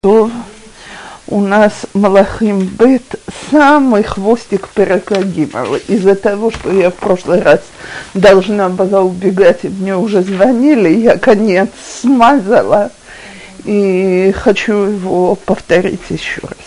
То у нас Малахим Бет самый хвостик Перека Гимел. Из-за того, что я в прошлый раз должна была убегать, и мне уже звонили, я конец смазала, и хочу его повторить еще раз.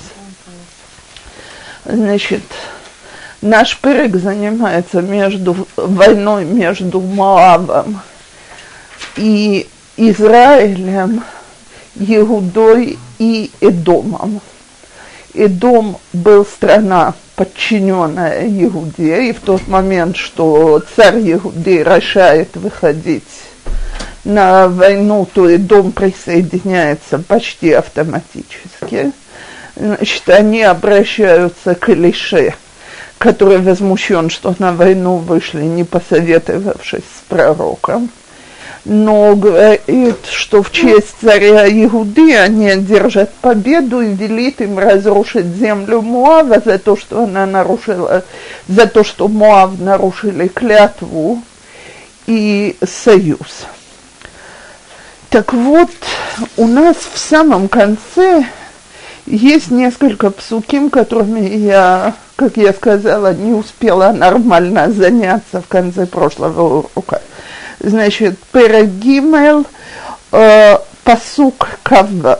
Значит, наш Перек занимается войной между Моавом и Израилем, Иудой и Эдомом. Эдом был страна, подчиненная Иуде, и в тот момент, что царь Иуды решает выходить на войну, то Эдом присоединяется почти автоматически. Значит, они обращаются к Элише, который возмущен, что на войну вышли, не посоветовавшись с пророком. Но говорит, что в честь царя Иуды они одержат победу и велит им разрушить землю Моава за то, что она нарушила, за то, что Моав нарушили клятву и союз. Так вот, у нас в самом конце есть несколько псуким, которыми я, как я сказала, не успела нормально заняться в конце прошлого урока. Значит, Перек Гимел, пасук Каввав.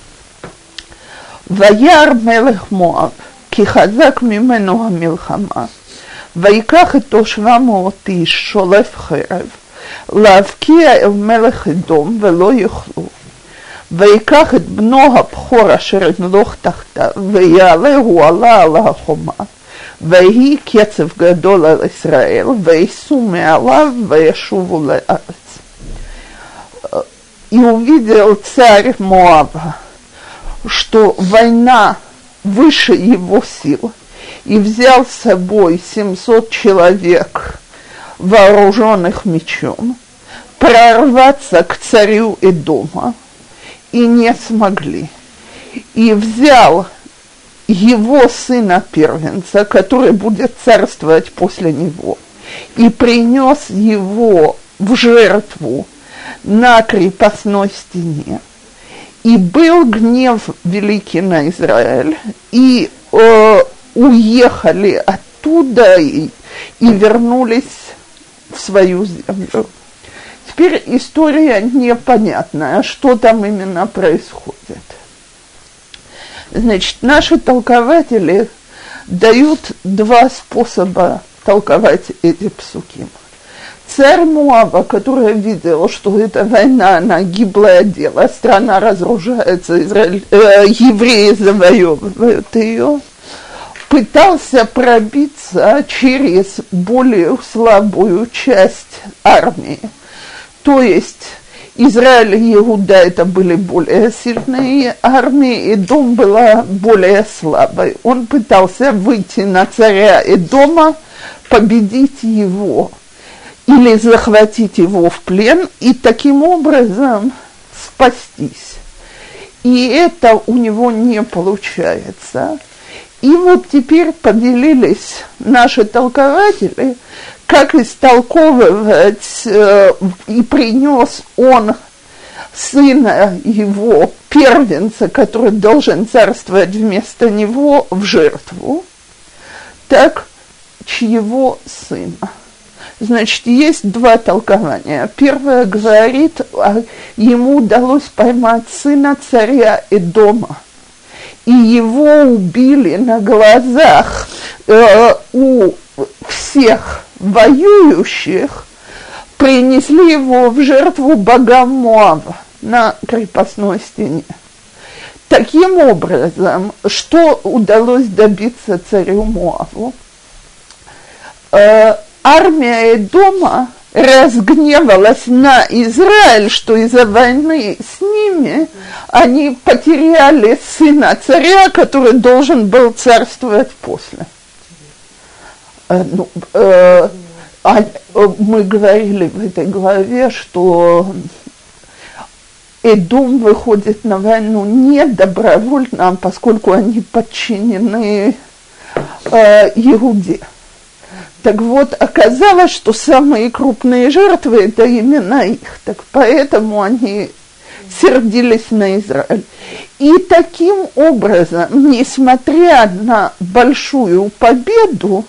Ваяр мелех Моав, ки хазак мимену хамилхама. ויקח איתו 700 איש שולף חרב, להבקיע אל מלך אדום ולא יוכלו. ויקח את בנו הבכור אשר ימלוך תחתיו, ויעלהו עלה על החומה. ויהי קצף גדול על ישראל, וייסעו מעליו וישובו לארץ. И увидел царь Моаба, что война выше его сил, и взял с собой 700 человек, вооруженных мечом, прорваться к царю Эдома, и не смогли. И взял его сына первенца, который будет царствовать после него, и принес его в жертву на крепостной стене. И был гнев великий на Израиль, и уехали оттуда и вернулись в свою землю. Теперь история непонятная, что там именно происходит. Значит, наши толкователи дают два способа толковать эти псуки. Царь Моава, который видел, что эта война, она гиблое дело, страна разрушается, евреи завоевывают ее, пытался пробиться через более слабую часть армии. То есть Израиль и Иуда это были более сильные армии, Эдом была более слабой. Он пытался выйти на царя Эдома, победить его или захватить его в плен и таким образом спастись. И это у него не получается. И вот теперь поделились наши толкователи, как истолковывать, и принес он сына его, первенца, который должен царствовать вместо него, в жертву, так чьего сына. Значит, есть два толкования. Первое говорит, ему удалось поймать сына царя Эдома, и его убили на глазах у всех воюющих, принесли его в жертву богам Моава на крепостной стене. Таким образом, что удалось добиться царю Моаву? Армия Эдома разгневалась на Израиль, что из-за войны с ними они потеряли сына царя, который должен был царствовать после. Мы говорили в этой главе, что Эдом выходит на войну не добровольно, поскольку они подчинены Иуде. Так вот, оказалось, что самые крупные жертвы – это именно их. Так поэтому они сердились на Израиль. И таким образом, несмотря на большую победу,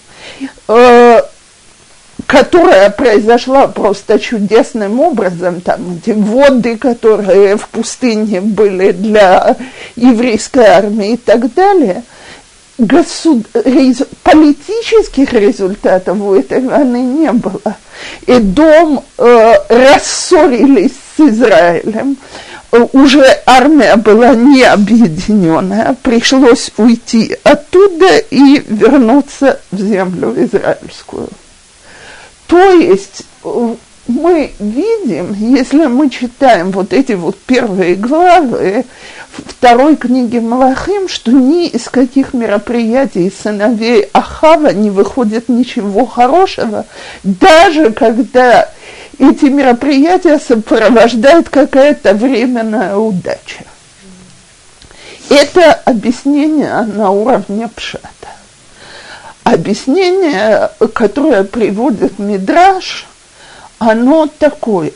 которая произошла просто чудесным образом, там эти воды, которые в пустыне были для еврейской армии и так далее, политических результатов у этой войны не было. Эдом рассорились с Израилем, уже армия была не объединенная, пришлось уйти оттуда и вернуться в землю израильскую. То есть мы видим, если мы читаем вот эти вот первые главы второй книги Малахим, что ни из каких мероприятий сыновей Ахава не выходит ничего хорошего, даже когда эти мероприятия сопровождает какая-то временная удача. Это объяснение на уровне пшата. Объяснение, которое приводит Мидраш, оно такое.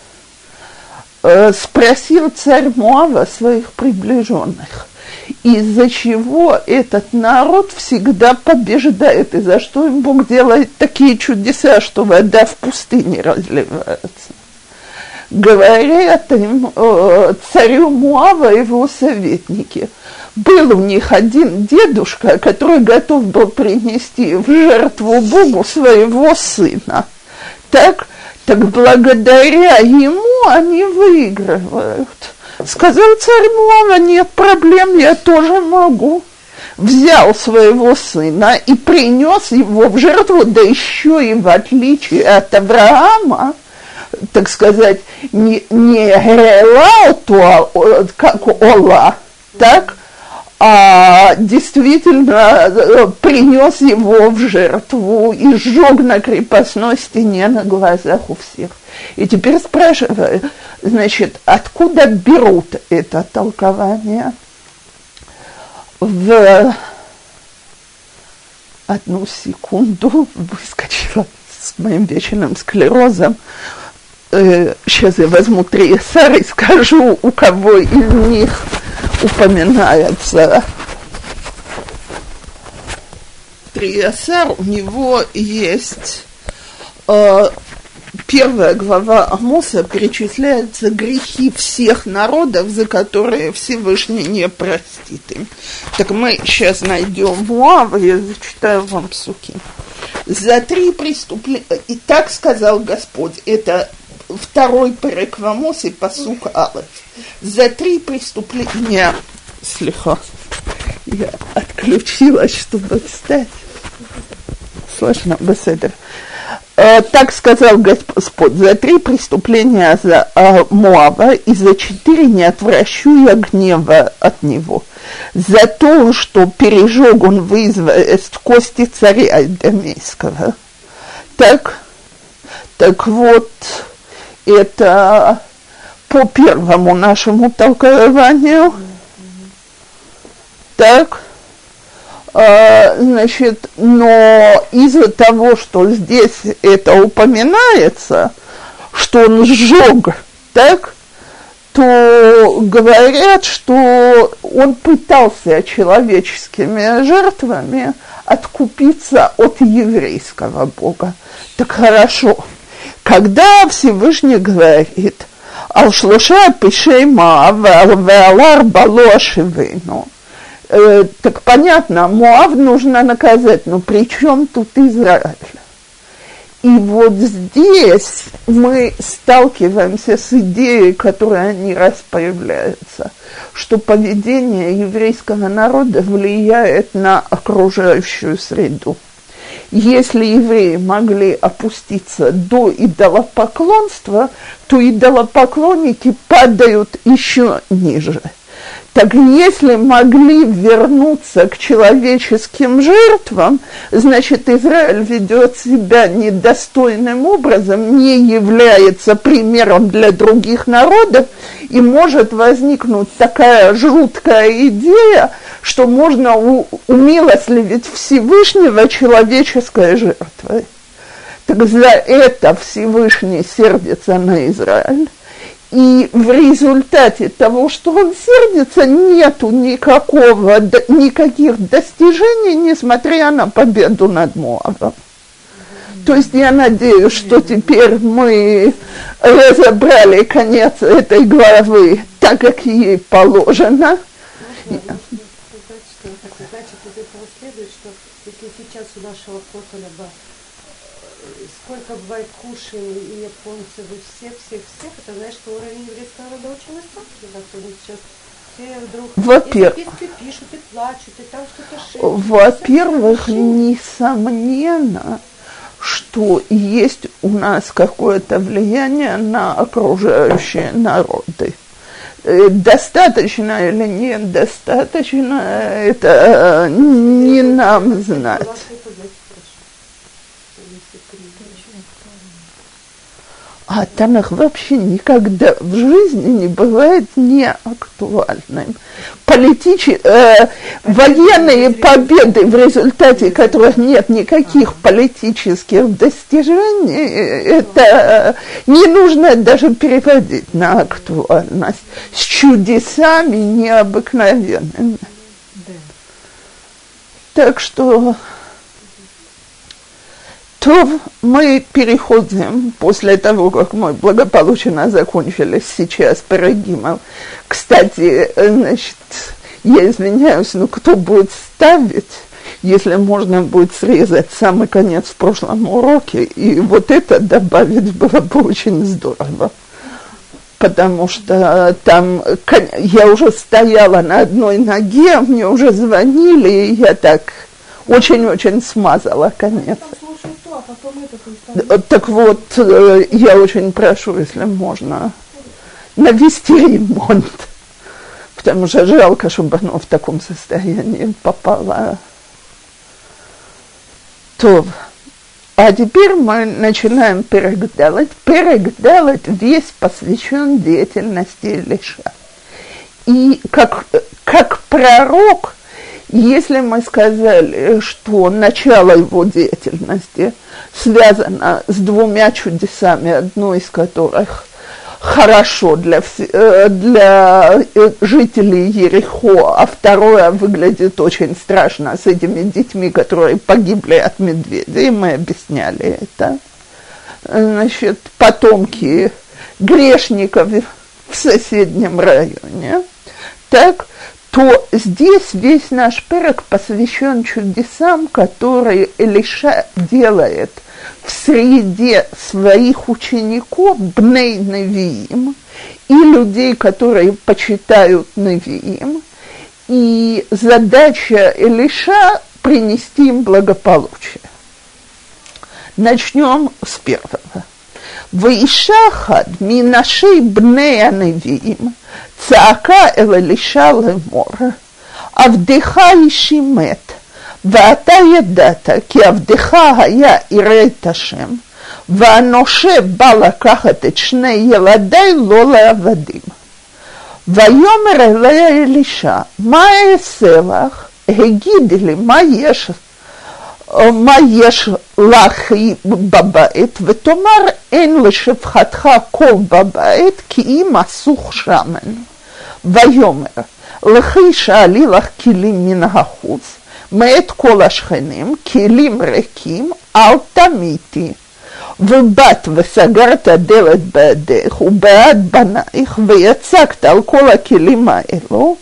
Спросил царь Моава своих приближенных, из-за чего этот народ всегда побеждает, и за что им Бог делает такие чудеса, что вода в пустыне разливается. Говорят им царю Моава и его советники. Был у них один дедушка, который готов был принести в жертву Богу своего сына. Так благодаря ему они выигрывают. Сказал царь Моава: нет проблем, я тоже могу. Взял своего сына и принес его в жертву, да еще и в отличие от Авраама, так сказать, не Гелауту, как Ола, так, а действительно принес его в жертву и сжег на крепостной стене на глазах у всех. И теперь спрашиваю, значит, откуда берут это толкование? В одну секунду выскочила с моим вечерным склерозом. Сейчас я возьму Триесар и скажу, у кого из них упоминается Триесар. У него есть первая глава Амоса, перечисляются грехи всех народов, за которые Всевышний не простит им. Так мы сейчас найдем Моава, я зачитаю вам псуки. За 3 преступления, и так сказал Господь, это второй перек в Амосе, пасук алеф. За 3 преступления, слегка, я отключилась, чтобы встать. Слышно, беседер. Так сказал Господь: за 3 преступления за Моава и за 4 не отвращу я гнева от него. За то, что пережег он в известь кости царя Идомейского. Так вот, это по первому нашему толкованию. Так. Значит, но из-за того, что здесь это упоминается, что он сжег, так, то говорят, что он пытался человеческими жертвами откупиться от еврейского Бога. Так хорошо, когда Всевышний говорит «Ал-шлоша пишей Моав, ве'алар бало ашивейну», так понятно, Моав нужно наказать, но при чем тут Израиль? И вот здесь мы сталкиваемся с идеей, которая не раз появляется, что поведение еврейского народа влияет на окружающую среду. Если евреи могли опуститься до идолопоклонства, то идолопоклонники падают еще ниже. Так если могли вернуться к человеческим жертвам, значит, Израиль ведет себя недостойным образом, не является примером для других народов, и может возникнуть такая жуткая идея, что можно умилостливить Всевышнего человеческой жертвой. Так за это Всевышний сердится на Израиль. И в результате того, что он сердится, нету никаких достижений, несмотря на победу над Моавом. То есть я надеюсь, что теперь мы разобрали конец этой главы так, как ей положено. Значит, из этого следует, что если сейчас у нашего Котелеба сколько бывает кушаем, и японцы, вы все, это значит, что уровень еврейского народа очень высокий, они сейчас все вдруг во-первых, пишут и плачут, и там что-то шеют. Во-первых, несомненно, что есть у нас какое-то влияние на окружающие народы. Достаточно или недостаточно, это не нам знать. А Танах вообще никогда в жизни не бывает неактуальным. Военные победы, в результате которых нет никаких политических достижений, это не нужно даже переводить на актуальность. С чудесами необыкновенными. Так что... То мы переходим, после того, как мы благополучно закончили сейчас Парагимов. Кстати, значит, я извиняюсь, но кто будет ставить, если можно будет срезать самый конец в прошлом уроке, и вот это добавить было бы очень здорово. Потому что там я уже стояла на одной ноге, мне уже звонили, и я так очень-очень смазала конец. Так вот, я очень прошу, если можно, навести ремонт, потому что жалко, чтобы оно в таком состоянии попало. То, а теперь мы начинаем перек Далет. Перек Далет весь посвящен деятельности Илиша. И как пророк, если мы сказали, что начало его деятельности связано с двумя чудесами, одно из которых хорошо для жителей Ерихо, а второе выглядит очень страшно с этими детьми, которые погибли от медведей, мы объясняли это. Значит, потомки грешников в соседнем районе. Так, то здесь весь наш перек посвящен чудесам, которые Илиша делает в среде своих учеников, бней Невиим, и людей, которые почитают Невиим. И задача Илиша – принести им благополучие. Начнем с первого. «Ваишахад минашей бней Невиим, צעקה אל אלישע לאמור, עבדך אישי מת, ואתה ידעת כי עבדך היה ירא את השם, והנושה בא לקחת את שני ילדי לא לעבדים. ויאמר אליה אלישע, מה אעשה לך? הגידי לי, מה יש לך בבית, ותאמר אין לשפחתך קול בבית, כי אם אסוך שמן. ויאמר, לכי שאלי לך כלים מן החוץ, מאת כל השכנים, כלים ריקים, אל תמיתי. ובאת וסגרת דלת בעדך ובעד בנייך, ויצקת על כל הכלים האלו,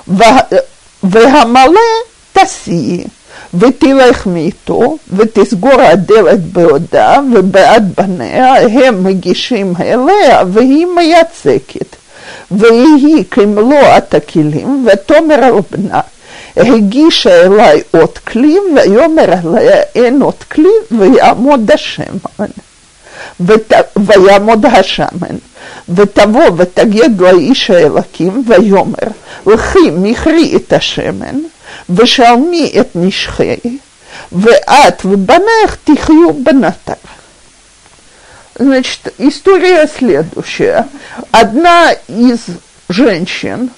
והמלא תשיעי. ותלך מאיתו, ותסגור הדלת בעודה, ובעד בניה הם מגישים אליה, והיא מייצקת. ויהי כמלוא הכלים, ותאמר על בנה, הגישה אליי עוד כלי, ויאמר עליה אין עוד כלי, ויעמוד השמן. ויעמוד השמן. ותבוא ותגיד לאיש האלוקים, ויאמר, לכי מכרי את השמן, ושלמי את נשכי, ואת ובנך תחיו בנתר. Значит, история следующая. Одна из женщин,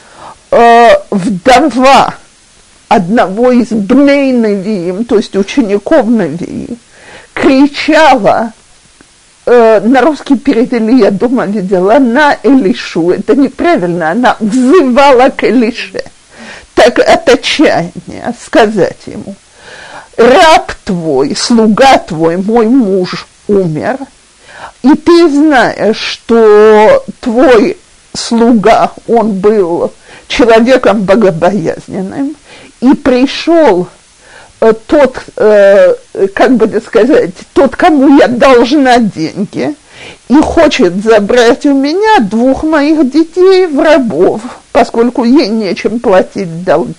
вдова одного из бней Невиим, то есть учеников Невии, кричала на русский перевели, я дома видела, на Элишу, это неправильно, она взывала к Элише, так от отчаяния сказать ему: раб твой, слуга твой, мой муж умер, и ты знаешь, что твой слуга, он был человеком богобоязненным, и пришел тот, как бы сказать, тот, кому я должна деньги, и хочет забрать у меня 2 моих детей в рабов, поскольку ей нечем платить долги.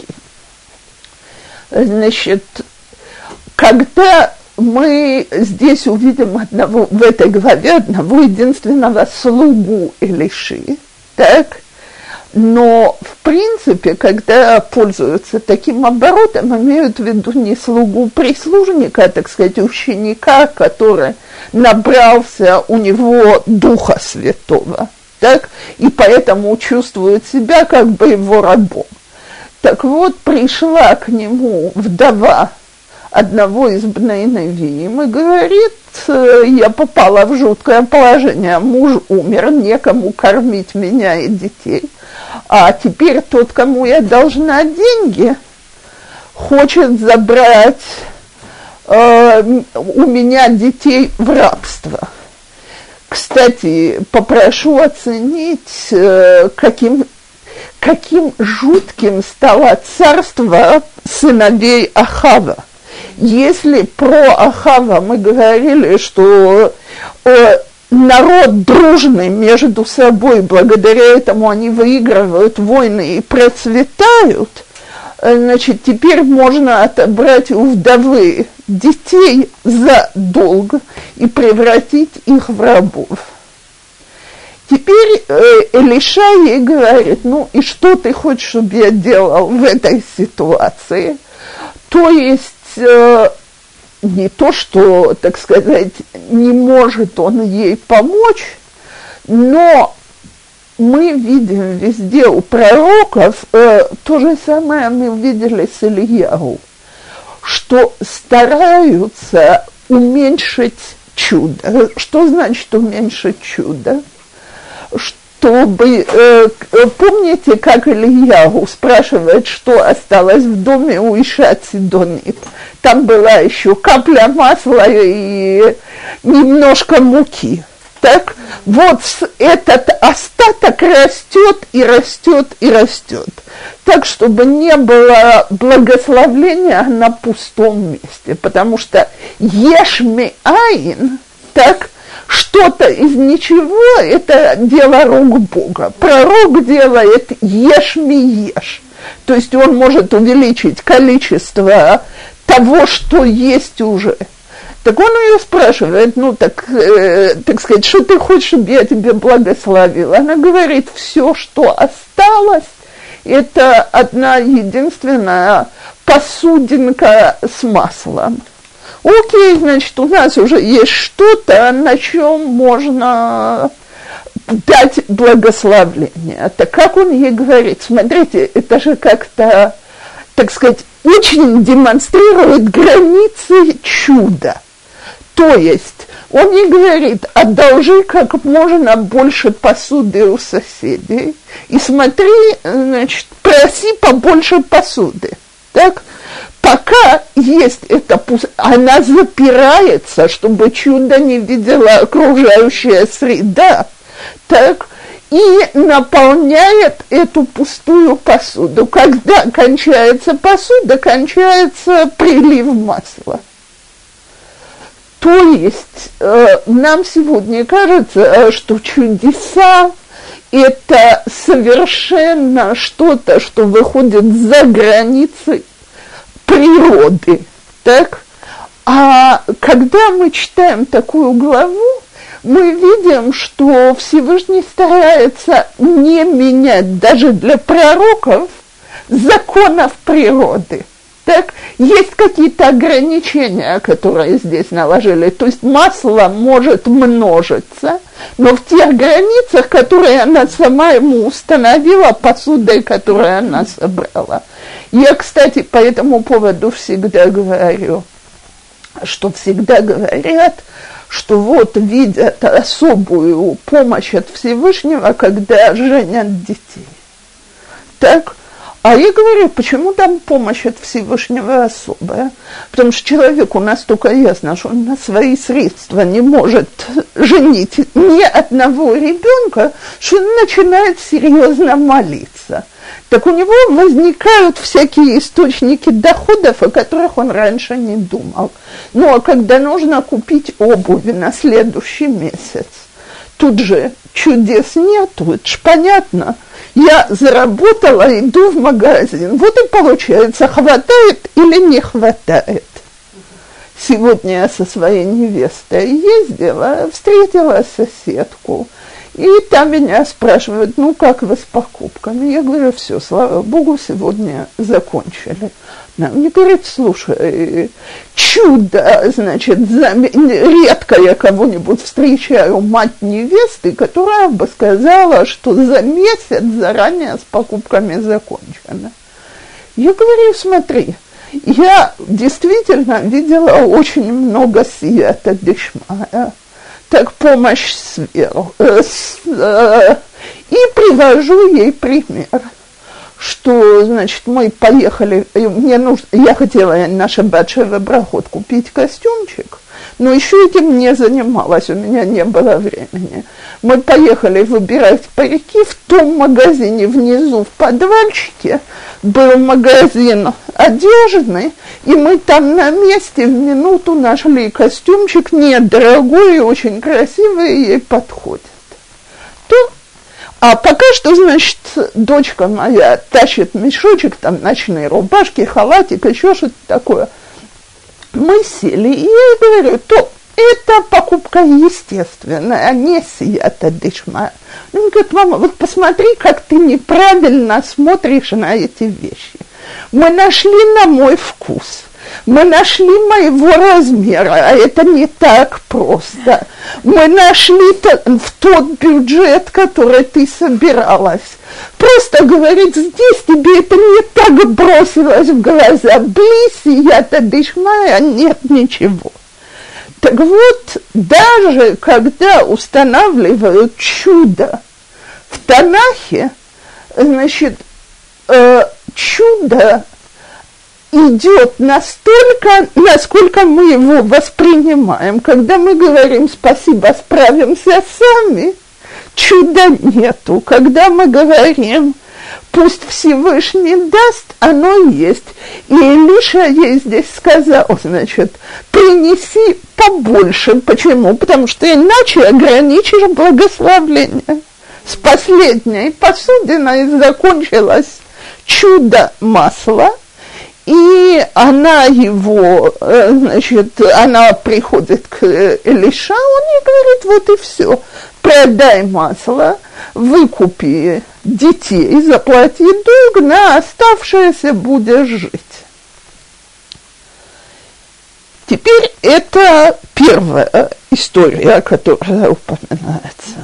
Значит, когда мы здесь увидим в этой главе одного единственного слугу Элиши, так? Но, в принципе, когда пользуются таким оборотом, имеют в виду не слугу-прислужника, а, так сказать, ученика, который набрался у него Духа Святого, так? И поэтому чувствует себя как бы его рабом. Так вот, пришла к нему вдова одного из бней Невиим и говорит: я попала в жуткое положение, муж умер, некому кормить меня и детей, а теперь тот, кому я должна деньги, хочет забрать у меня детей в рабство. Кстати, попрошу оценить, каким жутким стало царство сыновей Ахава. Если про Ахава мы говорили, что народ дружный между собой, благодаря этому они выигрывают войны и процветают, значит, теперь можно отобрать у вдовы детей за долг и превратить их в рабов. Теперь Элиша ей говорит: ну и что ты хочешь, чтобы я делал в этой ситуации? То есть не то, что, так сказать, не может он ей помочь, но мы видим везде у пророков, то же самое мы видели с Ильяу, что стараются уменьшить чудо. Что значит уменьшить чудо? Чтобы, помните, как Ильяу спрашивает, что осталось в доме у Ишат Сидонит? Там была еще капля масла и немножко муки. Так? Вот этот остаток растет и растет и растет. Так, чтобы не было благословления на пустом месте. Потому что еш меаин, так, что-то из ничего – это дело рук Бога. Пророк делает еш ми еш. То есть он может увеличить количество того, что есть уже. Так он ее спрашивает: ну так сказать, что ты хочешь, чтобы я тебе благословила? Она говорит: все, что осталось, это одна единственная посудинка с маслом. Окей, значит, у нас уже есть что-то, на чем можно дать благословление. Так как он ей говорит? Смотрите, это же как-то, так сказать, очень демонстрирует границы чуда. То есть он ей говорит: одолжи как можно больше посуды у соседей и смотри, значит, проси побольше посуды. Так? Пока есть эта пустота, она запирается, чтобы чудо не видела окружающая среда, так, и наполняет эту пустую посуду. Когда кончается посуда, кончается прилив масла. То есть нам сегодня кажется, что чудеса – это совершенно что-то, что выходит за границы природы, так? А когда мы читаем такую главу, мы видим, что Всевышний старается не менять даже для пророков законов природы. Так? Есть какие-то ограничения, которые здесь наложили, то есть масло может множиться, но в тех границах, которые она сама ему установила, посудой, которую она собрала. Я, кстати, по этому поводу всегда говорю, что всегда говорят, что вот видят особую помощь от Всевышнего, когда женят детей. Так? А я говорю, почему там помощь от Всевышнего особая? Потому что человеку настолько ясно, что он на свои средства не может женить ни одного ребенка, что он начинает серьезно молиться. Так у него возникают всякие источники доходов, о которых он раньше не думал. Ну а когда нужно купить обувь на следующий месяц, тут же чудес нету, это ж понятно. Я заработала, иду в магазин. Вот и получается, хватает или не хватает. Сегодня я со своей невестой ездила, встретила соседку. И там меня спрашивают, ну как вы с покупками? Я говорю, все, слава Богу, сегодня закончили. Она мне говорит, слушай, чудо, значит, редко я кого-нибудь встречаю, мать невесты, которая бы сказала, что за месяц заранее с покупками закончено. Я говорю, смотри, я действительно видела очень много сията дешмая, так помощь сверху, и привожу ей пример. Что, значит, мы поехали, я хотела на шаббат шева брахот купить костюмчик, но еще этим не занималась, у меня не было времени. Мы поехали выбирать парики, в том магазине внизу, в подвальчике, был магазин одежный, и мы там на месте в минуту нашли костюмчик, недорогой и очень красивый, ей подходит. А пока что, значит, дочка моя тащит мешочек, там ночные рубашки, халатик, еще что-то такое. Мы сели, и я говорю, то это покупка естественная, а не сията дешмая. Он говорит, мама, вот посмотри, как ты неправильно смотришь на эти вещи. Мы нашли на мой вкус. Мы нашли моего размера, а это не так просто. Мы нашли в тот бюджет, который ты собиралась. Просто говорит, здесь тебе это не так бросилось в глаза. Близ я-то дешмая, нет ничего. Так вот, даже когда устанавливают чудо в Танахе, значит, чудо идет настолько, насколько мы его воспринимаем. Когда мы говорим «спасибо, справимся сами», чуда нету. Когда мы говорим «пусть Всевышний даст», оно есть. И Илиша ей здесь сказал, значит, принеси побольше. Почему? Потому что иначе ограничишь благословление. С последней посудиной закончилось чудо масла, и она его, значит, она приходит к Илиша, он ей говорит, вот и все, продай масло, выкупи детей, заплати долг, на оставшееся будешь жить. Теперь это первая история, которая упоминается.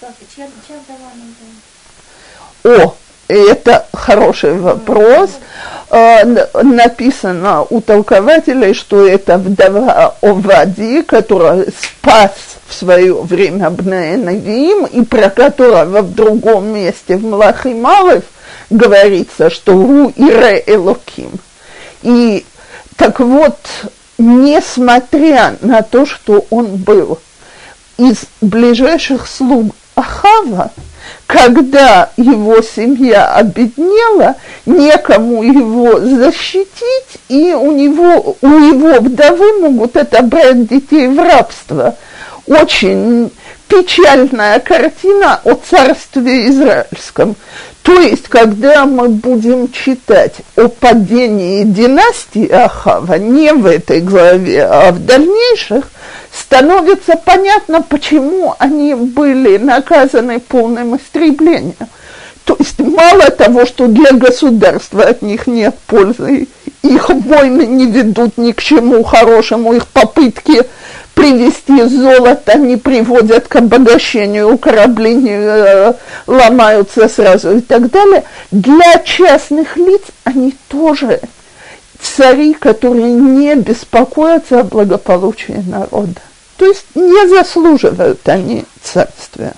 О, это хороший вопрос. Написано у толкователей, что это вдова Овади, которая спас в свое время Бней Навиим, и про которого в другом месте в Млахим Алеф говорится, что «Гу ире Элоким». И так вот, несмотря на то, что он был из ближайших слуг Ахава, когда его семья обеднела, некому его защитить, и у его вдовы могут отобрать детей в рабство. Очень печальная картина о царстве израильском. То есть, когда мы будем читать о падении династии Ахава, не в этой главе, а в дальнейших, становится понятно, почему они были наказаны полным истреблением. То есть, мало того, что для государства от них нет пользы, их войны не ведут ни к чему хорошему, их попытки привезти золото не приводят к обогащению, корабли не ломаются сразу и так далее. Для частных лиц они тоже цари, которые не беспокоятся о благополучии народа. То есть не заслуживают они царствия.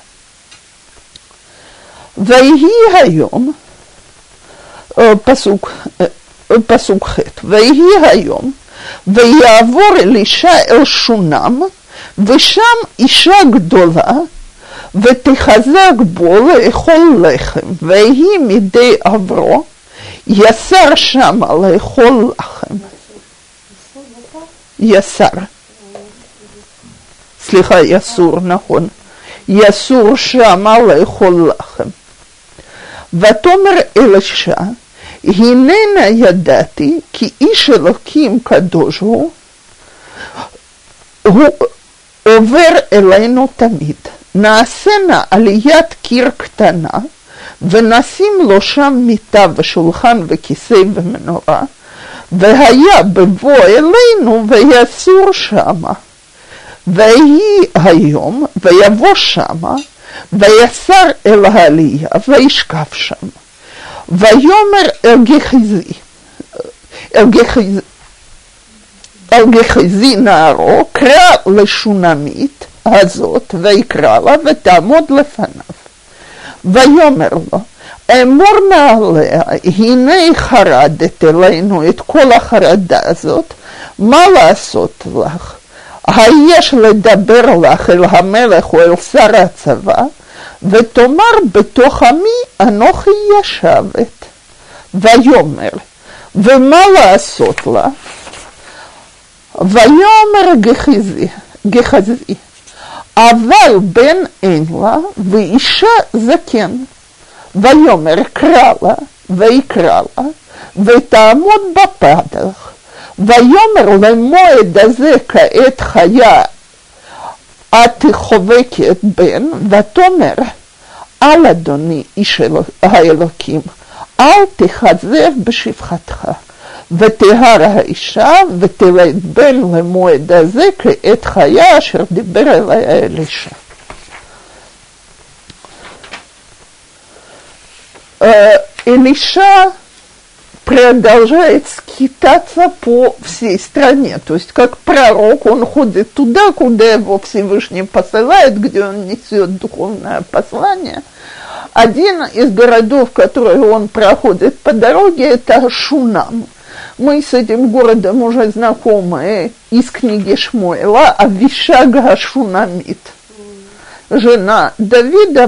Вайги хайом, пасук хет, вайги хайом, ваявор Элиша эль Шунам, ושם אישה גדולה, ותחזק בו לאכול לחם, והיא מדי עברו, יסר שמה לאכול לחם. יסר. סליחה, יסור, נכון. יסור שמה לאכול לחם. ותאמר אלישע, הננה ידעתי, כי איש אלוקים קדוש הוא עובר אלינו תמיד. נעשנה עליית קיר קטנה, ונשים לו שם מיטה ושולחן וכיסא ומנורה, והיה בבוא אלינו ויסור שמה. ויהי היום, ויבוא שמה, ויסר אל העלייה, וישכב שם. ויאמר אל גחזי נערו, קרא לשונמית הזאת, ויקרא לה, ותעמוד לפניו. ויאמר לו, אמור נא עליה, הנה חרדת אלינו את כל החרדה הזאת, מה לעשות לך? היש לדבר לך אל המלך או אל שר הצבא, ותאמר בתוך עמי אנוכי ישבת. ויאמר, ומה לעשות לה? ויאמר גחזי, אבל בן אין לה, ואישה זקן. ויאמר קרא לה, ויקרא לה, ותעמוד בפתח. ויאמר למועד הזה כעת חיה, את חובקת בן, ותאמר, אל אדוני איש האלוקים, אל תכזב בשפחתך. ותהר האישה ותלד בן למועד הזה כעת חיה אשר דיבר אליה אלישע. Элиша продолжает скитаться по всей стране, то есть как пророк он ходит туда, куда его Всевышний посылает, где он несет духовное послание. Один из городов, который он проходит по дороге, это Шунам. Мы с этим городом уже знакомы из книги Шмуэла, Авишаг Шунамит. Жена Давида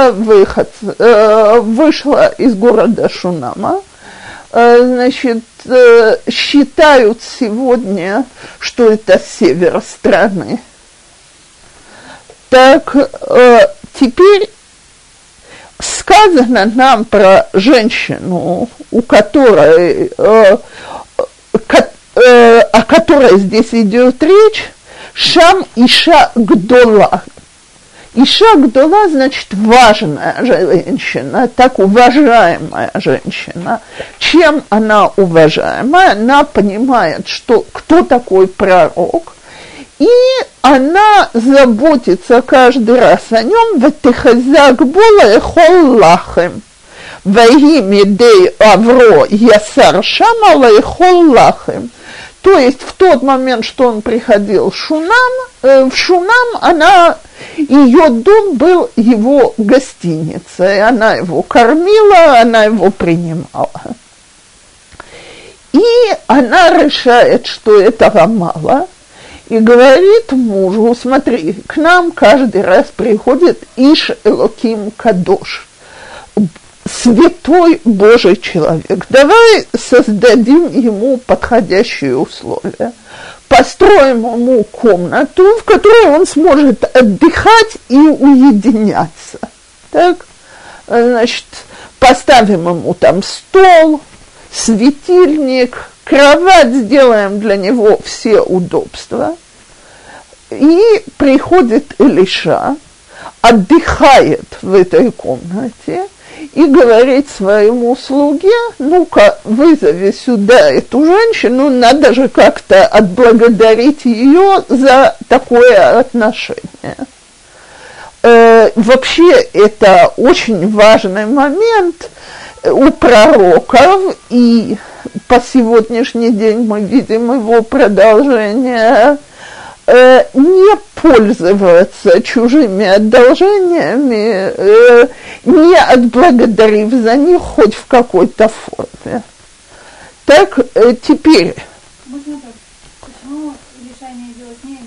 вышла из города Шунама. Значит, считают сегодня, что это север страны. Так, теперь сказано нам про женщину, о которой здесь идет речь, Шам Иша Гдола. Иша Гдола значит важная женщина, так уважаемая женщина. Чем она уважаемая? Она понимает, что кто такой пророк, и она заботится каждый раз о нем. «Ватихазак бола эхол лахем». «Ваги медей авро ясар шама лаэхол лахем». То есть в тот момент, что он приходил в Шунам, ее дом был его гостиницей, она его кормила, она его принимала. И она решает, что этого мало, и говорит мужу: смотри, к нам каждый раз приходит Иш Элоким Кадош, святой Божий человек, давай создадим ему подходящие условия. Построим ему комнату, в которой он сможет отдыхать и уединяться. Так, значит, поставим ему там стол, светильник, кровать, сделаем для него все удобства. И приходит Элиша, отдыхает в этой комнате и говорит своему слуге: ну-ка, вызови сюда эту женщину, надо же как-то отблагодарить ее за такое отношение. Вообще, это очень важный момент у пророков, и по сегодняшний день мы видим его продолжение. Не пользоваться чужими одолжениями, не отблагодарив за них хоть в какой-то форме. Так, теперь... Можно так? Почему решение делать не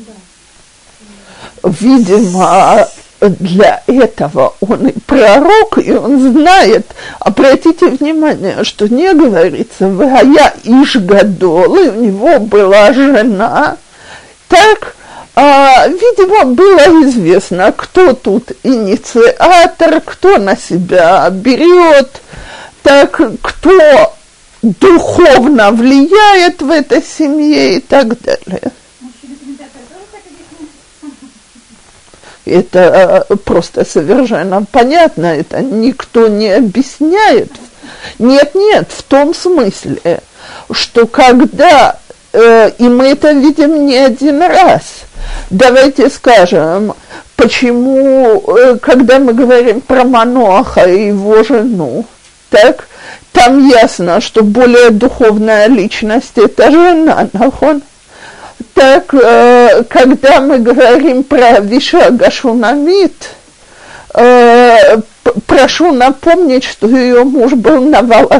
Видимо, для этого он и пророк, и он знает. Обратите внимание, что не говорится «Вая иш гадол», и у него была жена. Так, видимо, было известно, кто тут инициатор, кто на себя берет, так, кто духовно влияет в этой семье и так далее. Это просто совершенно понятно, это никто не объясняет. Нет, в том смысле, что когда, и мы это видим не один раз, давайте скажем, почему, когда мы говорим про Маноаха и его жену, так, там ясно, что более духовная личность – это жена, нахон. Так, когда мы говорим про Авишага Шунамит, прошу напомнить, что ее муж был Навала.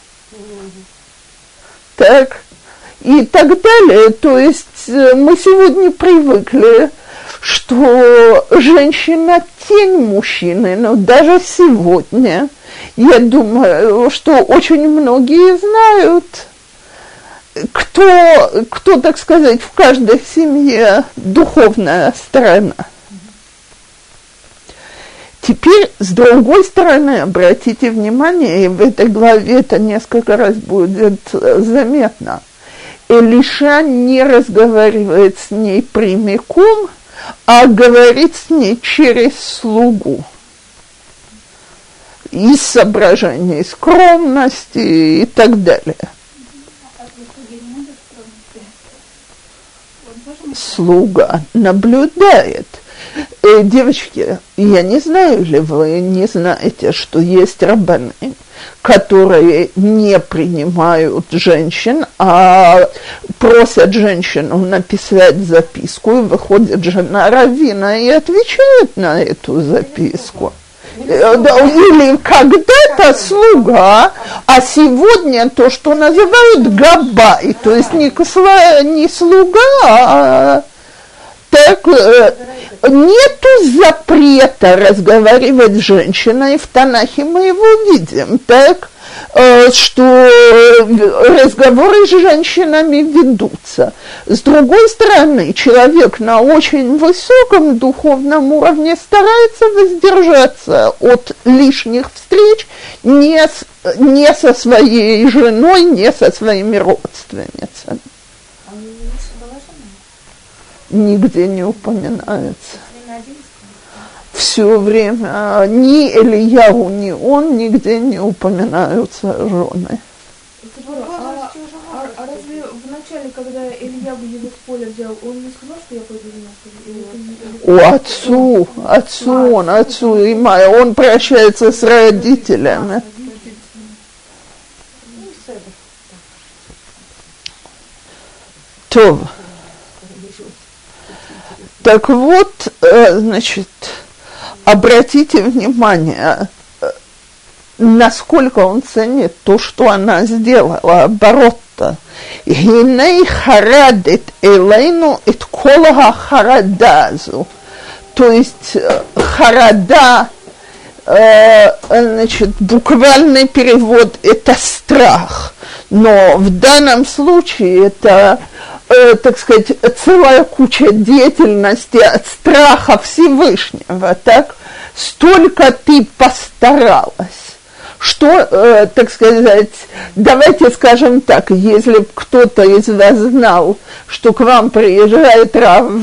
Так, и так далее. То есть мы сегодня привыкли, что женщина – тень мужчины, но даже сегодня, я думаю, что очень многие знают, кто, так сказать, в каждой семье духовная сторона. Теперь, с другой стороны, обратите внимание, и в этой главе это несколько раз будет заметно, Элиша не разговаривает с ней прямиком, а говорит с ней через слугу. Из соображений скромности и так далее. Слуга наблюдает. Девочки, я не знаю, ли вы не знаете, что есть раббаны, которые не принимают женщин, а просят женщину написать записку, и выходит жена раввина и отвечает на эту записку. Или когда-то слуга, а сегодня то, что называют габай, то есть не слуга, а так, нету запрета разговаривать с женщиной, в Танахе мы его видим, так, что разговоры с женщинами ведутся. С другой стороны, человек на очень высоком духовном уровне старается воздержаться от лишних встреч не со своей женой, не со своими родственницами. А у него лучше была жена? Нигде не упоминается. Все время ни Ильяу, ни он нигде не упоминаются жены. А разве в начале, когда Илья его с поля взял, он не сказал, что я пойду за Отцу, он прощается с родителями. То. Так вот, значит, обратите внимание, насколько он ценит то, что она сделала, оборот-то. «Гиней харадет элейну эт кола харадазу». То есть харада, значит, буквальный перевод – это страх. Но в данном случае это, так сказать, целая куча деятельности от страха Всевышнего, так? Столько ты постаралась, что, так сказать, давайте скажем так, если бы кто-то из вас знал, что к вам приезжает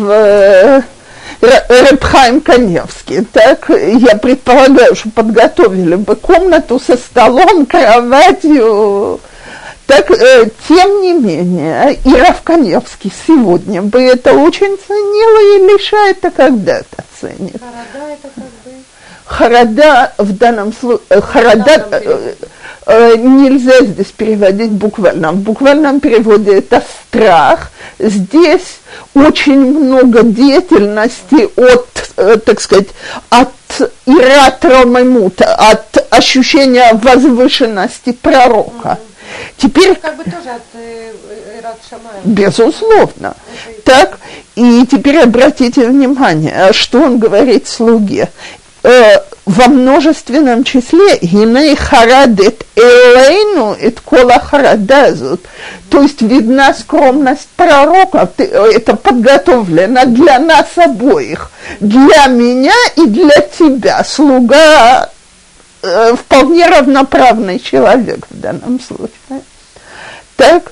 Реб Хаим Каневский, так, я предполагаю, что подготовили бы комнату со столом, кроватью. Так, тем не менее, и Рав Каневский сегодня бы это очень ценил, и Илиша это когда-то ценит. Харада это как бы... Харада в данном случае, нельзя здесь переводить буквально. В буквальном переводе это страх. Здесь очень много деятельности от, так сказать, от ират ромемута, от ощущения возвышенности пророка. Теперь, как бы тоже от ират шамаем. Безусловно. Так, и теперь обратите внимание, что он говорит слуге. Во множественном числе «Гиней харадет элейну эт кола харадазут». То есть видна скромность пророка, это подготовлено для нас обоих, для меня и для тебя, слуга вполне равноправный человек в данном случае. Так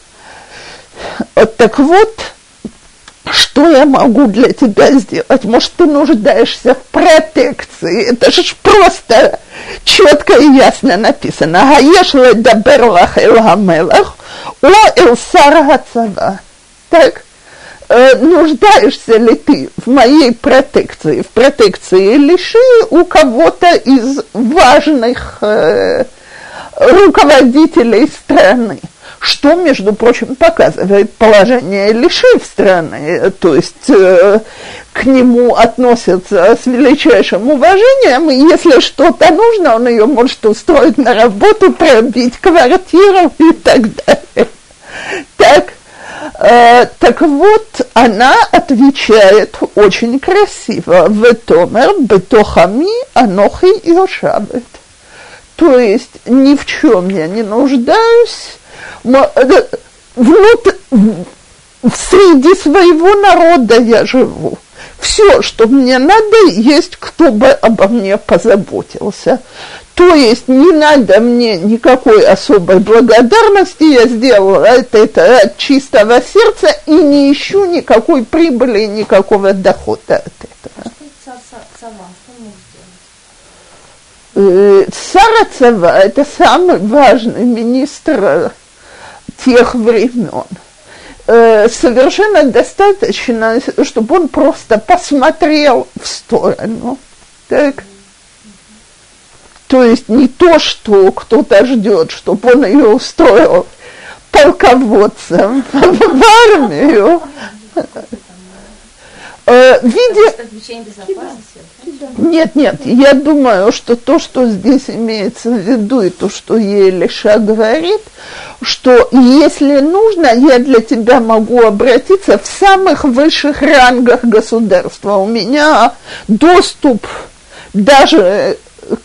вот, что я могу для тебя сделать? Может, ты нуждаешься в протекции? Это же просто четко и ясно написано. Гаеш ледабер лах эл гамелах, о эл сар гацава. Так, нуждаешься ли ты в моей протекции, в протекции лиши у кого-то из важных руководителей страны? Что, между прочим, показывает положение лиши в стране, то есть к нему относятся с величайшим уважением, и если что-то нужно, он ее может устроить на работу, пробить квартиру и так далее. Так вот, она отвечает очень красиво: «Ветомер бетохами анохи йошавет». То есть ни в чем я не нуждаюсь, среди своего народа я живу. Все, что мне надо, есть кто бы обо мне позаботился. То есть не надо мне никакой особой благодарности, я сделала это от чистого сердца и не ищу никакой прибыли, никакого дохода от этого. Цара Цава – это самый важный министр тех времен. Совершенно достаточно, чтобы он просто посмотрел в сторону. Так? То есть не то, что кто-то ждет, чтобы он ее устроил полководцем в армию. Нет, я думаю, что то, что здесь имеется в виду, и то, что Елиша говорит, что если нужно, я для тебя могу обратиться в самых высших рангах государства. У меня доступ даже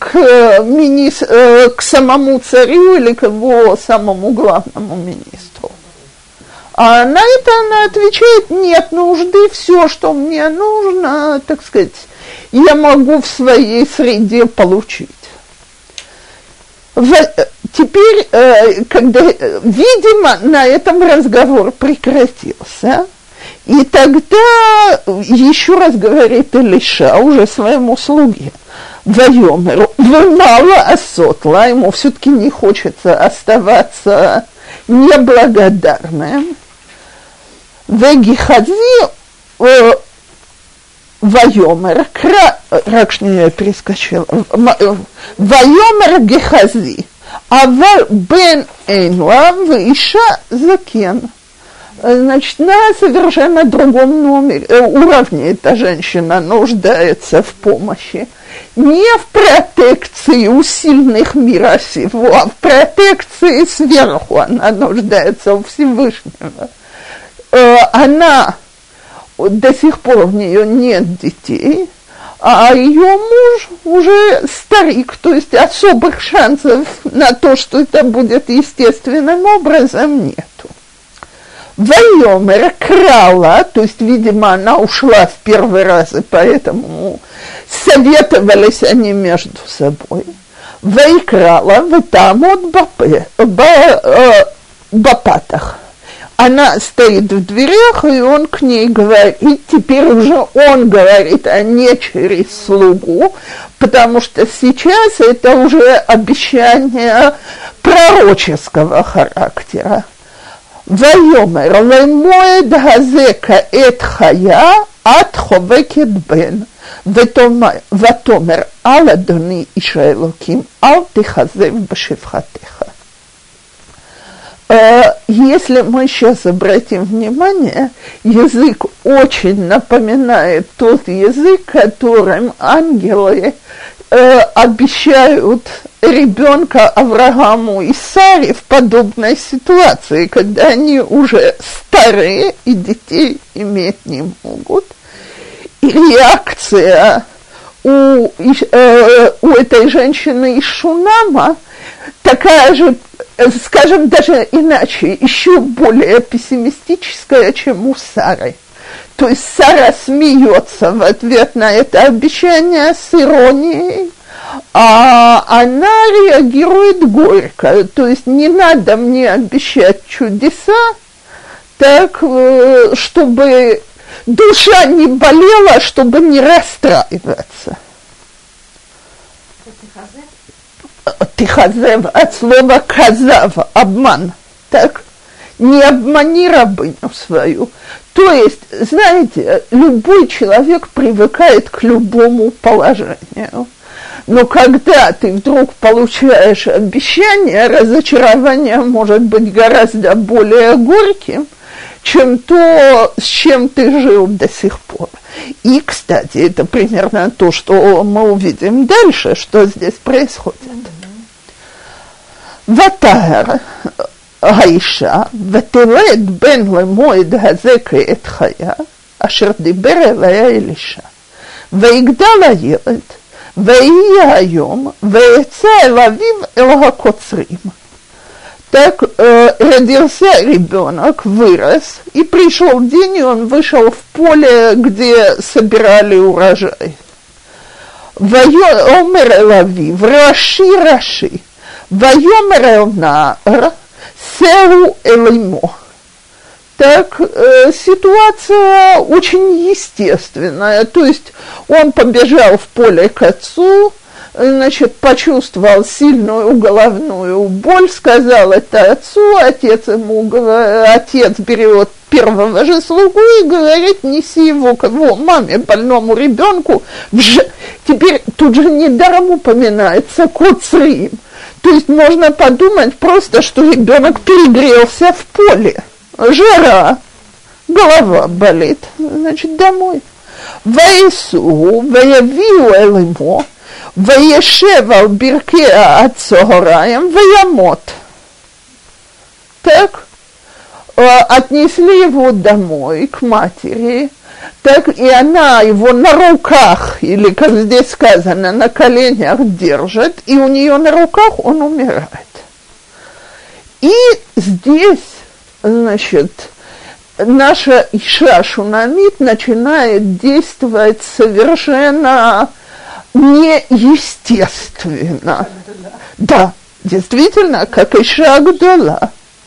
к самому царю или к его самому главному министру. А на это она отвечает: нет нужды, все, что мне нужно, так сказать, я могу в своей среде получить. Теперь, когда, видимо, на этом разговор прекратился, и тогда еще раз говорит Элиша уже своему слуге: «Вайомер, вы мало осотла», ему все-таки не хочется оставаться неблагодарным. «Вегихази вайомер», я перескочила, «Вайомер гехази, авар бен эйнла виша закен». Значит, на совершенно другом уровне эта женщина нуждается в помощи. Не в протекции у сильных мира сего, а в протекции сверху. Она нуждается у Всевышнего. Она, до сих пор у нее нет детей, а ее муж уже старик, то есть особых шансов на то, что это будет естественным образом, нету. Вайомер крала, то есть, видимо, она ушла в первый раз, и поэтому советовались они между собой. Вайкрала вытамот бапатах. Она стоит в дверях, и он к ней говорит, теперь уже он говорит, а не через слугу, потому что сейчас это уже обещание пророческого характера. «Вайомер лемоэд хазе каэт хая ат ховекет бен, ותאמר על אדוני איש האלוקים, אל תכזב בשפחתך». Если мы сейчас обратим внимание, язык очень напоминает тот язык, которым ангелы обещают ребенка Аврааму и Саре в подобной ситуации, когда они уже старые и детей иметь не могут. И реакция у этой женщины из Шунама такая же, скажем даже иначе, еще более пессимистическая, чем у Сары. То есть Сара смеется в ответ на это обещание с иронией, а она реагирует горько. То есть не надо мне обещать чудеса, так, чтобы душа не болела, чтобы не расстраиваться. Тихазев от слова казав, обман. Так, не обмани рабыню свою. То есть, знаете, любой человек привыкает к любому положению. Но когда ты вдруг получаешь обещание, разочарование может быть гораздо более горьким, чем то, с чем ты жил до сих пор. И, кстати, это примерно то, что мы увидим дальше, что здесь происходит. Ватар האישה, ותלד בן למועד הזה כעת חיה, אשר דיבר אליה אלישע. ויגדל הילד, ויהיה היום, ויצא אל אביו אל הקוצרים. Так родился ребенок, вырос, и пришел день, и он вышел в поле, где собирали урожай. Вайомер эл авив, раши, раши, вайомер эл наар, сеу эл имо. Так, ситуация очень естественная, то есть он побежал в поле к отцу, значит, почувствовал сильную головную боль, сказал это отцу, отец берет первого же слугу и говорит, неси его к его маме, больному ребенку. Теперь тут же недаром упоминается коцрим, то есть можно подумать просто, что ребенок перегрелся в поле, жара, голова болит, значит, домой. Ваису, ваявиу элимо, וישב על ברכי הצהריים וימות. Так, отнесли его домой к матери, так, и она его на руках, или, как здесь сказано, на коленях держит, и у нее на руках он умирает. И здесь, значит, наша Иша Шунамит начинает действовать совершенно неестественно. Да, действительно, как Иша Гдола.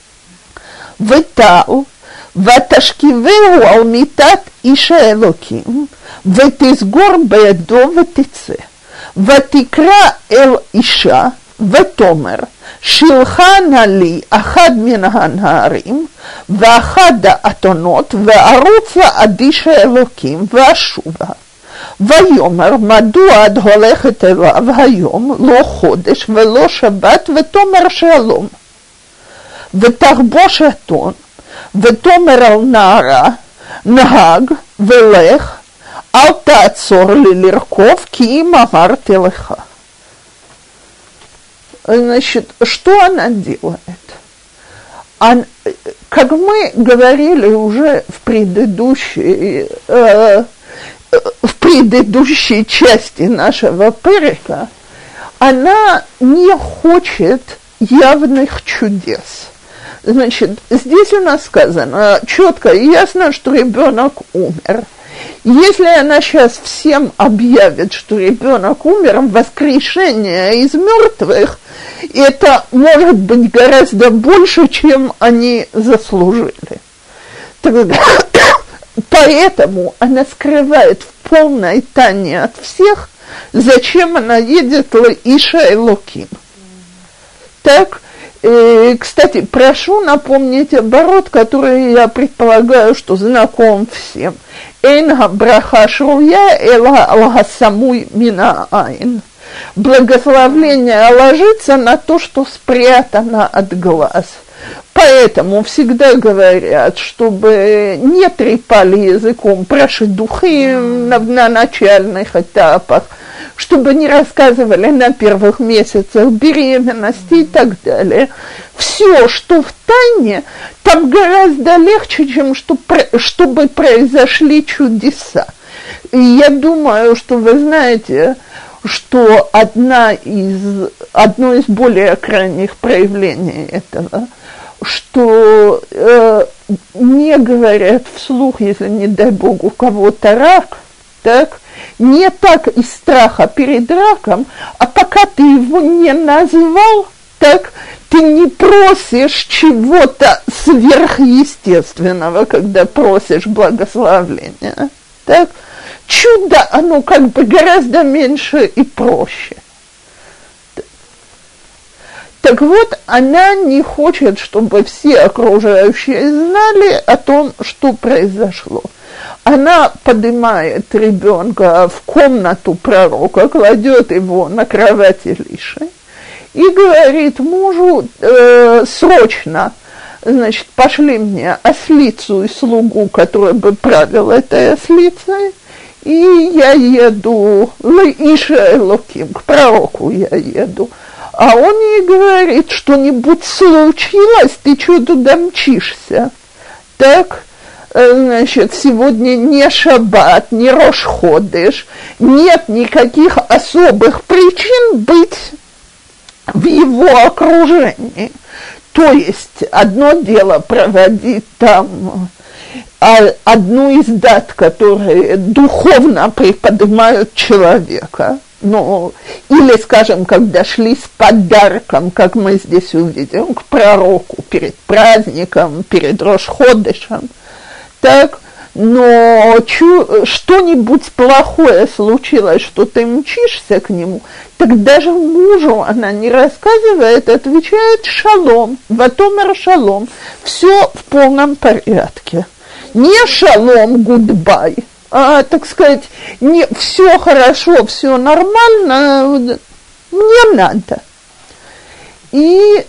Ветау, ваташкивеу алмитат Иша Элоким, ветизгор беядо ветице, ватикра эл Иша, ветомер, шилхана ли ахад мин הנערים, ואחד האתונות, וערוצה עד איש האלוקים, ואשובה. ויאמר, מדוע את הולכת אליו היום, לא חודש ולא שבת, ותאמר שלום. ותחבוש אתון, ותאמר על נערה, נהג ולך, אל תעצור לי לרכוב, כי אם אמרתי לך. Значит, что она делает? Как мы говорили уже в предыдущей части нашего перека, она не хочет явных чудес. Значит, здесь у нас сказано четко и ясно, что ребенок умер. Если она сейчас всем объявит, что ребенок умер, воскрешение из мертвых, это может быть гораздо больше, чем они заслужили. Поэтому она скрывает в полной тайне от всех, зачем она едет Иша Элоким. Так, кстати, прошу напомнить оборот, который я предполагаю, что знаком всем. Эйн браха шруя эла алгасамуй мина айн. Благословление ложится на то, что спрятано от глаз. Поэтому всегда говорят, чтобы не трепали языком про шедухи на начальных этапах, чтобы не рассказывали на первых месяцах беременности и так далее. Все, что в тайне, там гораздо легче, чем чтобы произошли чудеса. И я думаю, что вы знаете, что одно из более крайних проявлений этого, что не говорят вслух, если, не дай Бог, у кого-то рак, так, не так из страха перед раком, а пока ты его не назвал, так, ты не просишь чего-то сверхъестественного, когда просишь благословения, так. Чудо, оно как бы гораздо меньше и проще. Так вот, она не хочет, чтобы все окружающие знали о том, что произошло. Она поднимает ребенка в комнату пророка, кладет его на кровать Илиши и говорит мужу: срочно, значит, пошли мне ослицу и слугу, который бы правил этой ослицей, и я еду Иша Элоким, к пророку я еду. А он ей говорит: что-нибудь случилось, ты что туда мчишься? Так, значит, сегодня не шаббат, не Рош ходеш, нет никаких особых причин быть в его окружении. То есть одно дело проводить там одну из дат, которые духовно приподнимают человека, ну, или, скажем, когда шли с подарком, как мы здесь увидим, к пророку перед праздником, перед Рош ходешем, так, но что-нибудь плохое случилось, что ты мчишься к нему, так даже мужу она не рассказывает, отвечает: шалом, ватомер шалом, все в полном порядке. Не шалом, гудбай, а, так сказать, не все хорошо, все нормально, не надо. И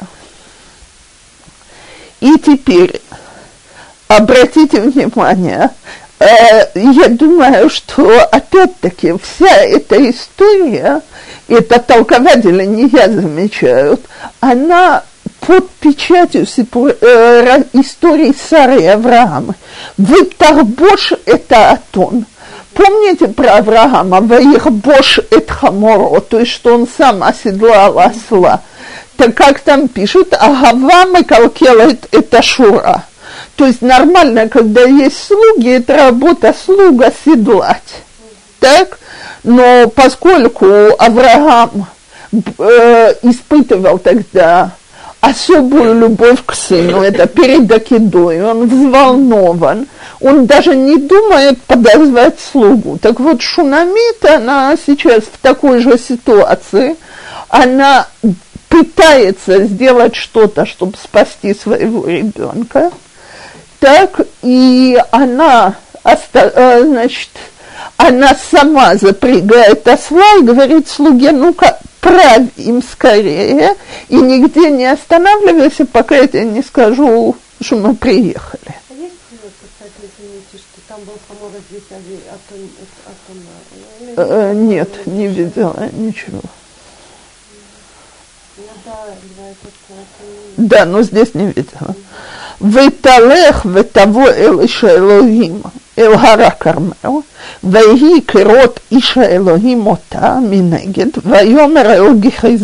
теперь обратите внимание, я думаю, что опять-таки вся эта история, это толкователи не я замечают, она под печатью истории Сары и Авраама. Вытарбош это Атон. Помните про Авраама? Ваихбош эт хаморо, то есть, что он сам оседлал осла. Так как там пишут, агава мекалкелет это шура. То есть нормально, когда есть слуги, это работа слуг оседлать. Так? Но поскольку Авраам испытывал тогда особую любовь к сыну, это перед Акидой, он взволнован, он даже не думает подозвать слугу. Так вот, Шунамит, она сейчас в такой же ситуации, она пытается сделать что-то, чтобы спасти своего ребенка, так, и она, значит, она сама запрягает осла и говорит слуге: ну-ка, правь им скорее, и нигде не останавливайся, пока я тебе не скажу, что мы приехали. А есть, кстати, извините, что там был хамор, здесь Атона? Нет, не видела ничего. Да, но здесь не видела. Виталех ветаво эл иша Элохим эл хара Кармел, веги кирот иша Элохим ота минегед, вайомер эл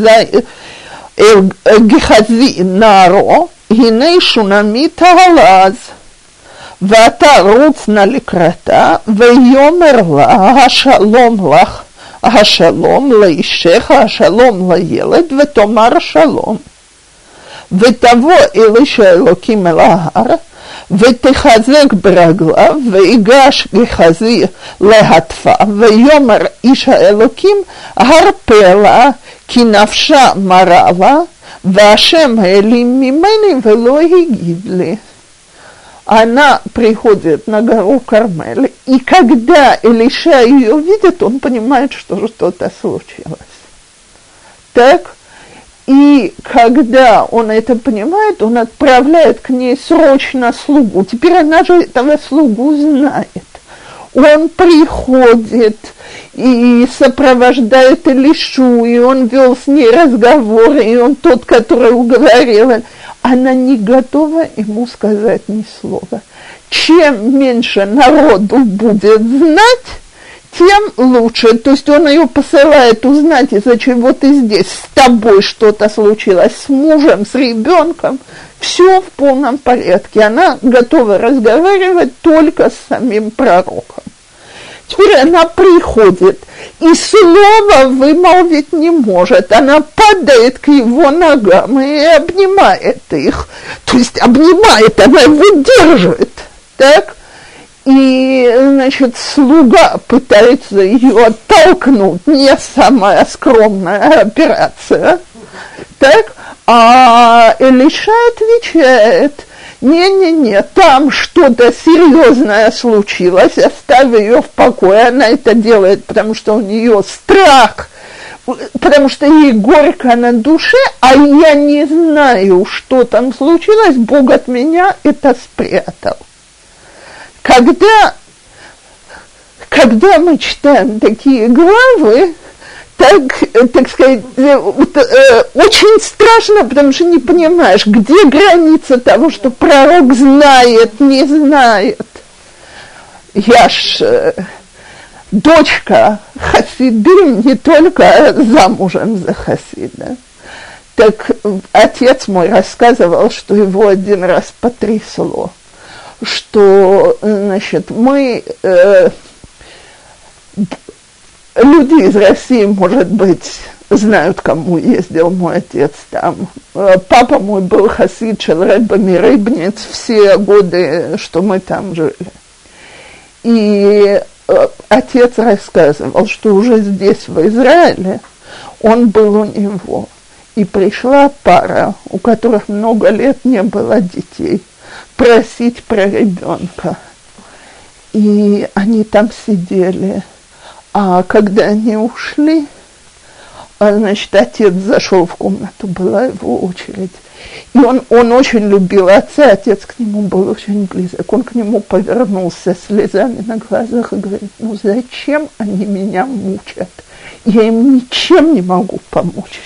гехази наро, הנה שונמית העלז, ואתה רוץ נא לקראתה, ויאמר לה: השלום לך, השלום לאישך, השלום לילד, ותאמר שלום. ותבוא אל איש האלוקים אל ההר, ותחזק ברגליו, ויגש גחזי להטפה, ויאמר איש האלוקים: הרפה לה, כי נפשה מרה לה, והשם העלים ממני ולא הגיד לי. Она приходит на гору Кармель, и когда Илиша ее видит, он понимает, что что-то случилось. Так, И когда он это понимает, он отправляет к ней срочно слугу. Теперь она же этого слугу знает. Он приходит и сопровождает Элишу, и он вел с ней разговоры, и он тот, который уговорил. Она не готова ему сказать ни слова. Чем меньше народу будет знать, тем лучше. То есть он ее посылает узнать, из-за чего ты здесь, с тобой что-то случилось, с мужем, с ребенком. Все в полном порядке. Она готова разговаривать только с самим пророком. Теперь она приходит и слова вымолвить не может. Она падает к его ногам и обнимает их. То есть обнимает, она его держит. Так? И, значит, слуга пытается ее оттолкнуть, не самая скромная операция, так? А Элиша отвечает: не-не-не, там что-то серьезное случилось, оставь ее в покое. Она это делает, потому что у нее страх, потому что ей горько на душе, а я не знаю, что там случилось, Бог от меня это спрятал. Когда мы читаем такие главы, так сказать, очень страшно, потому что не понимаешь, где граница того, что пророк знает, не знает. Я ж дочка хасидим, не только замужем за хасида. Так отец мой рассказывал, что его один раз потрясло, что, значит, мы, люди из России, может быть, знают, кому ездил мой отец там. Папа мой был хасид Шелребами Рыбниц все годы, что мы там жили. И отец рассказывал, что уже здесь, в Израиле, он был у него. И пришла пара, у которых много лет не было детей, просить про ребенка. И они там сидели. А когда они ушли, значит, отец зашел в комнату, была его очередь. И он очень любил отца, отец к нему был очень близок. Он к нему повернулся слезами на глазах и говорит: ну зачем они меня мучат? Я им ничем не могу помочь.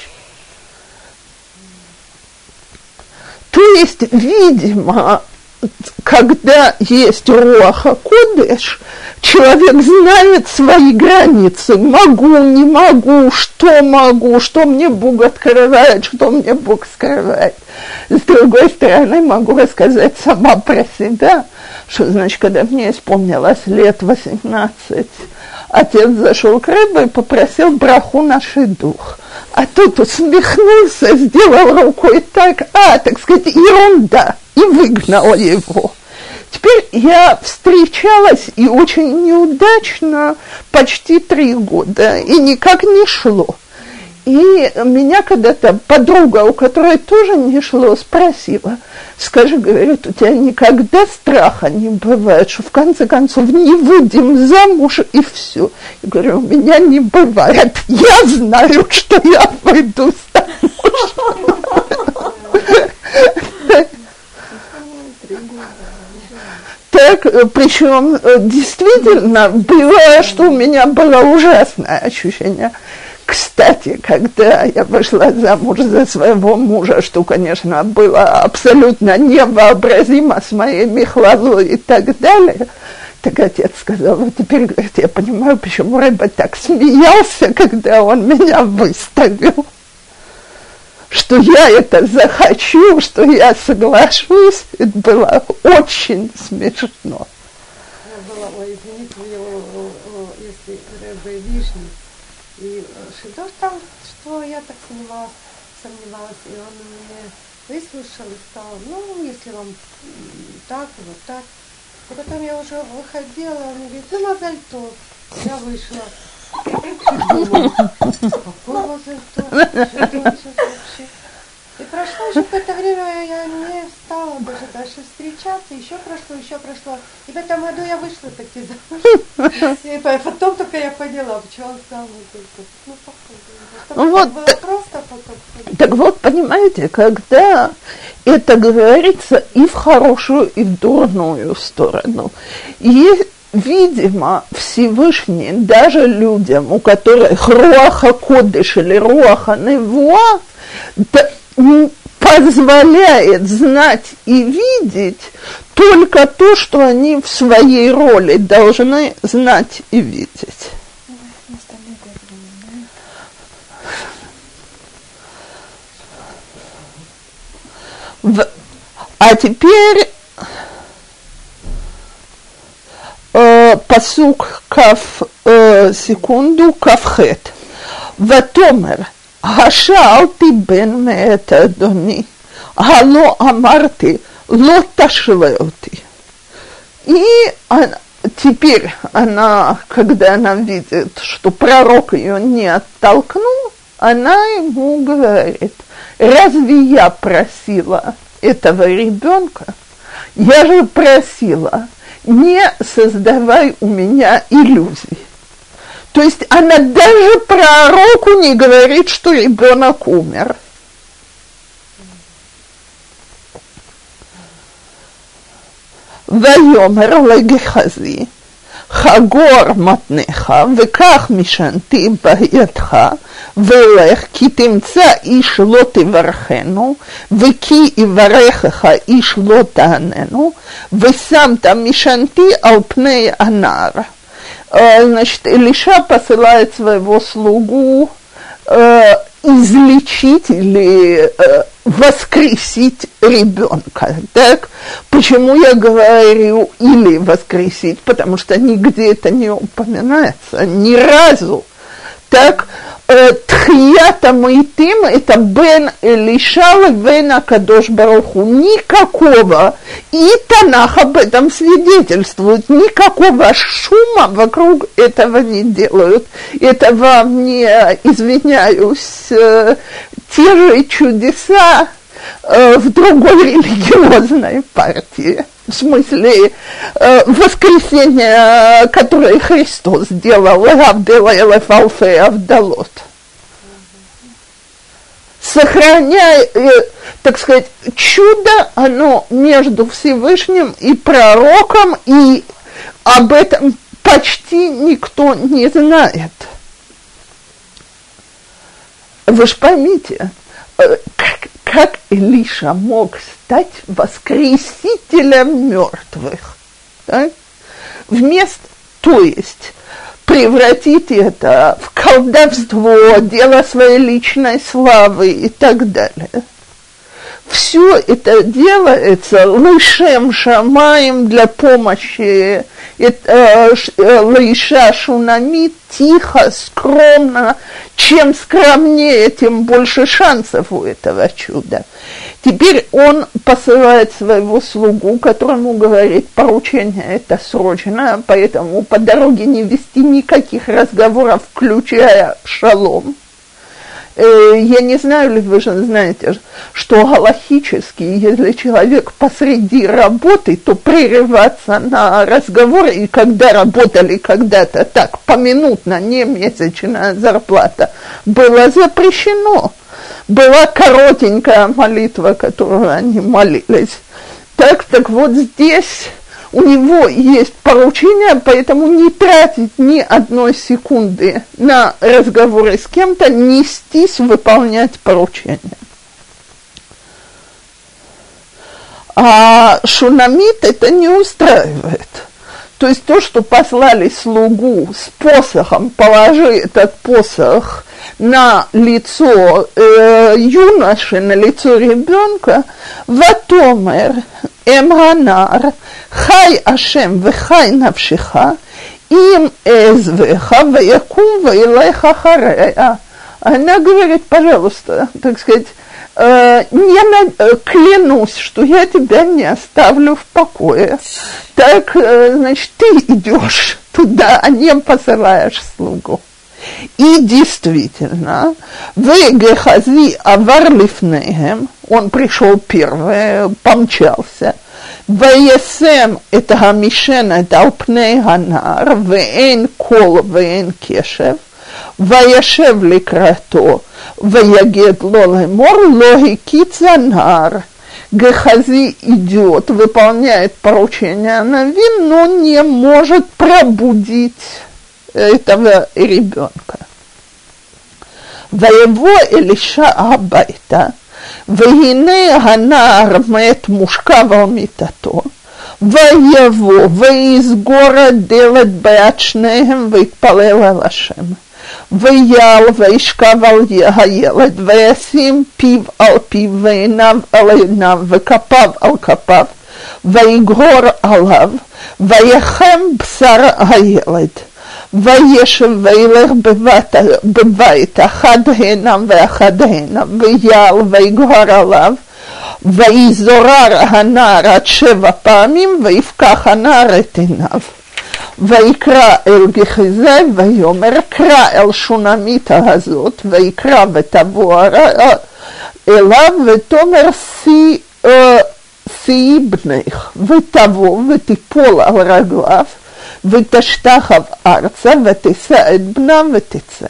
То есть, видимо, когда есть руах а-кодеш, человек знает свои границы. Могу, не могу, что мне Бог открывает, что мне Бог скрывает. С другой стороны, могу рассказать сама про себя, что, значит, когда мне исполнилось лет 18, отец зашел к Ребе и попросил браху на шидух. А тот усмехнулся, сделал рукой так сказать, ерунда, и выгнал его. Теперь я встречалась и очень неудачно почти 3 года, и никак не шло. И меня когда-то подруга, у которой тоже не шло, спросила: скажи, говорит, у тебя никогда страха не бывает, что в конце концов не выйдем замуж и все? Я говорю: у меня не бывает, я знаю, что я выйду замуж. Так, причем действительно было, что у меня было ужасное ощущение. Кстати, когда я вышла замуж за своего мужа, что, конечно, было абсолютно невообразимо с моей михлазой и так далее, так отец сказал: вот теперь, говорит, я понимаю, почему Ребе так смеялся, когда он меня выставил. Что я это захочу, что я соглашусь, это было очень смешно. Извините, если Ребе Вишни, и что там, что я так сомневалась, и он мне выслушал и сказал: ну, если вам так, вот так. И потом я уже выходила, он говорит: ну, мазаль тов. Я вышла. Думаю, какой мазаль тов? Что это сейчас вообще? И прошло еще какое-то время, я не стала даже дальше встречаться, еще прошло. И в этом году я вышла таки замуж. И потом только я поняла, почему он сказал вот это. Ну, походу. Вот, было просто потом. Так вот, понимаете, когда это говорится и в хорошую, и в дурную сторону, и, видимо, Всевышний даже людям, у которых руаха кодеш или руаха невуа, позволяет знать и видеть только то, что они в своей роли должны знать и видеть. А теперь пасук каф, секунду, кафхет. Ватомер, השאלתי בן מאת אדוני, הלא אמרתי, לא תשלה אותי. И теперь она, когда она видит, что пророк ее не оттолкнул, она ему говорит: разве я просила этого ребенка? Я же просила, не создавай у меня иллюзий. То есть она даже пророку не говорит, что ребенок умер. ויאמר לגחזי, חגור מתניך וקח משענתי בידך ולך כי תמצא איש לא תברכנו וכי יברכך איש לא תעננו ושמת משענתי על פני הנער. Значит, Илиша посылает своего слугу излечить или воскресить ребенка. Так? Почему я говорю или воскресить? Потому что нигде это не упоминается, ни разу. Так, тхията мейтим – это бен Элиша левен акадош барух ху. Никакого, и Танах об этом свидетельствует, никакого шума вокруг этого не делают. Это вам не, извиняюсь, те же чудеса в другой религиозной партии. В смысле, воскресенье, которое Христос сделал, Авдалот. Сохраняя, так сказать, чудо, оно между Всевышним и пророком, и об этом почти никто не знает. Вы же поймите, как Илиша мог стать воскресителем мертвых? Да? То есть превратить это в колдовство, дело своей личной славы и так далее. Все это делается лышем шамаем для помощи Лаиша Шунамит, тихо, скромно. Чем скромнее, тем больше шансов у этого чуда. Теперь он посылает своего слугу, которому говорит: поручение это срочно, поэтому по дороге не вести никаких разговоров, включая шалом. Я не знаю, ли вы же знаете, что галахически, если человек посреди работы, то прерываться на разговоры, и когда работали когда-то так, поминутно, не месячная зарплата, было запрещено. Была коротенькая молитва, которую они молились. Так вот здесь у него есть поручение, поэтому не тратить ни одной секунды на разговоры с кем-то, нестись выполнять поручение. А Шунамит это не устраивает. То есть то, что послали слугу с посохом, положи этот посох на лицо юноши, на лицо ребенка, ватомер эмганар хай ашем вехай навшиха им эзвеха ваякум ваилеха харея. Она говорит: пожалуйста, так сказать, клянусь, что я тебя не оставлю в покое. Так, значит, ты идешь туда, а не посылаешь слугу. И действительно, в Гехази авар лифнеем, он пришел первый, помчался. Ваесем это гамишена, это алпней ганар, веэн кол, веэн кешев, ваешев ликрато, ваягед ло лемор, логи кицанар. Гехази идет, выполняет поручение Навин, но не может пробудить этого ребенка. Воево Элиша Абайта, вегине ганаар мет мушкава митато, воево, из гора делать беачнеем, витпалел Алашем. ויעל וישכב על הילד וישים פיו על פיו ועיניו על עיניו וכפיו על כפיו ויגרור עליו ויחם בשר הילד וישב וילך בבית אחד הינם ואחד הינם ויעל ויגרור עליו ויזורר הנער עד 7 פעמים ויפקח הנער את עיניו ויקרא אל גחזה ויאמר קרא אל שונמית הזאת ויקרא ותבוא אליו ותאמר שאי בנך ותבוא ותיפול על רגליו ותשתחו ארצה ותישא את בנה ותצא.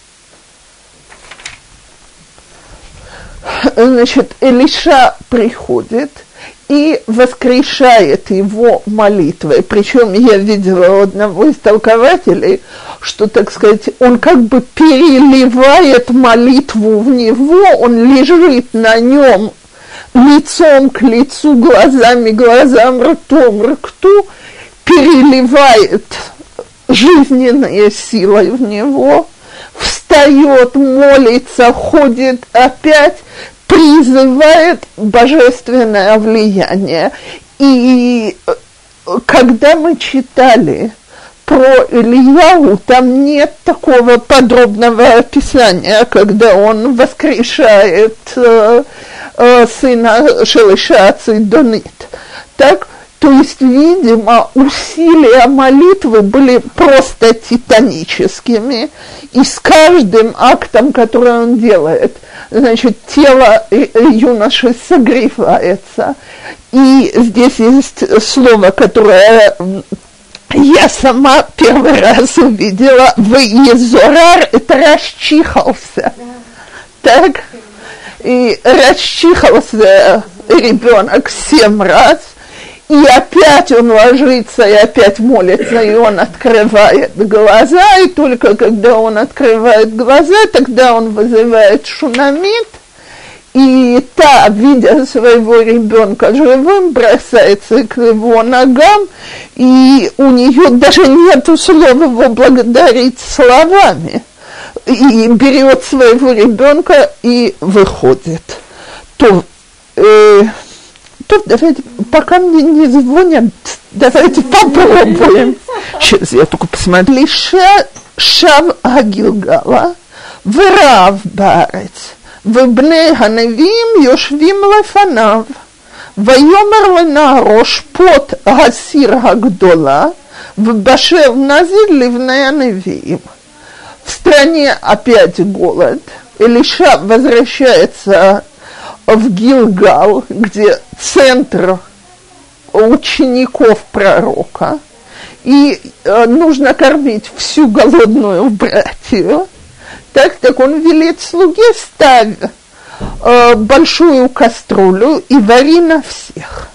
Значит, Элиша приходит и воскрешает его молитвой. Причем я видела у одного из толкователей, что, так сказать, он как бы переливает молитву в него, он лежит на нем лицом к лицу, глазами к глазам, ртом к рту, переливает жизненные силы в него, встает, молится, ходит опять, призывает божественное влияние. И когда мы читали про Ильяу, там нет такого подробного описания, когда он воскрешает сына Шелиша Цидонит. Так, то есть, видимо, усилия молитвы были просто титаническими, и с каждым актом, который он делает, значит, тело юноши согревается. И здесь есть слово, которое я сама первый раз увидела, «веезорар» – это «расчихался». Так? И расчихался ребенок 7 раз, и опять он ложится, и опять молится, и он открывает глаза, и только когда он открывает глаза, тогда он вызывает Шунамит, и та, видя своего ребенка живым, бросается к его ногам, и у нее даже нет слова его благодарить словами, и берет своего ребенка и выходит. Тут давайте, пока мне не звонят, давайте попробуем. Сейчас я только посмотрю. Лиша шав агилгала, врав барец, ובני הנביאים יושבים לפניו, ויאמר לנערו שפוט הסיר הגדולה, ובשל נזיר לבני הנביאים. В стране опять голод. Элиша возвращается в Гилгал, где центр учеников пророка, и нужно кормить всю голодную братью. Так он велит слуге: ставь большую кастрюлю и вари на всех.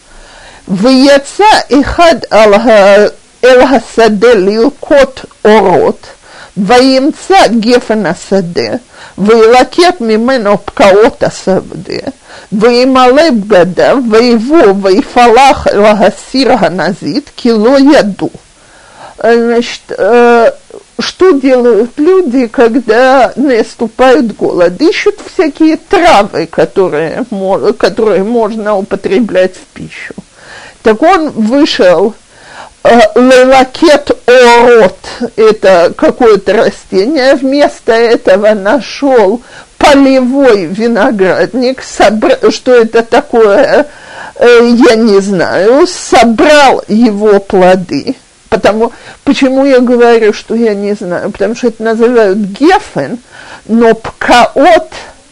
Вияца эхад эл хасаде лилкот орот, ваимца гефен асаде, ваилакет мимену пкаот асавде, ваимале бгада, ваиво, ваифалах лагасир ганазит, кило яду. Значит, что делают люди, когда наступает голод? Ищут всякие травы, которые можно употреблять в пищу. Так он вышел, лелакет орот, это какое-то растение, вместо этого нашел полевой виноградник, что это такое, я не знаю, собрал его плоды. Почему я говорю, что я не знаю? Потому что это называют гефен, но пкаот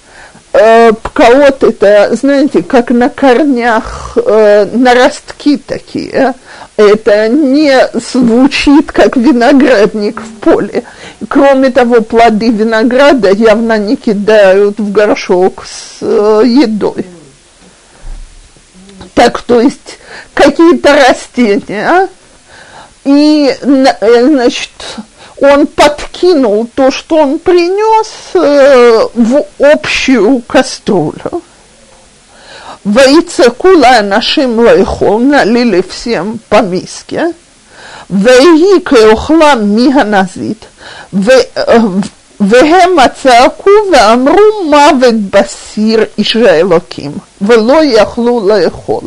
это, знаете, как на корнях наростки такие. Это не звучит, как виноградник в поле. Кроме того, плоды винограда явно не кидают в горшок с едой. Так, то есть, какие-то растения, и, значит, он подкинул то, что он принес, в общую кастрюлю. Ваицекула нашим лайхол, налили всем по миске. Ваики охлам миганазит. Вехем ацаку веамру мавет басир иша элоким. Вело яхлу лайхол.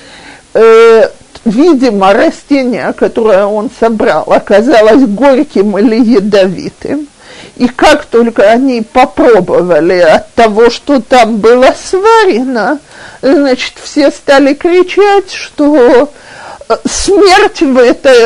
Видимо, растение, которое он собрал, оказалось горьким или ядовитым. И как только они попробовали от того, что там было сварено, значит, все стали кричать, что смерть в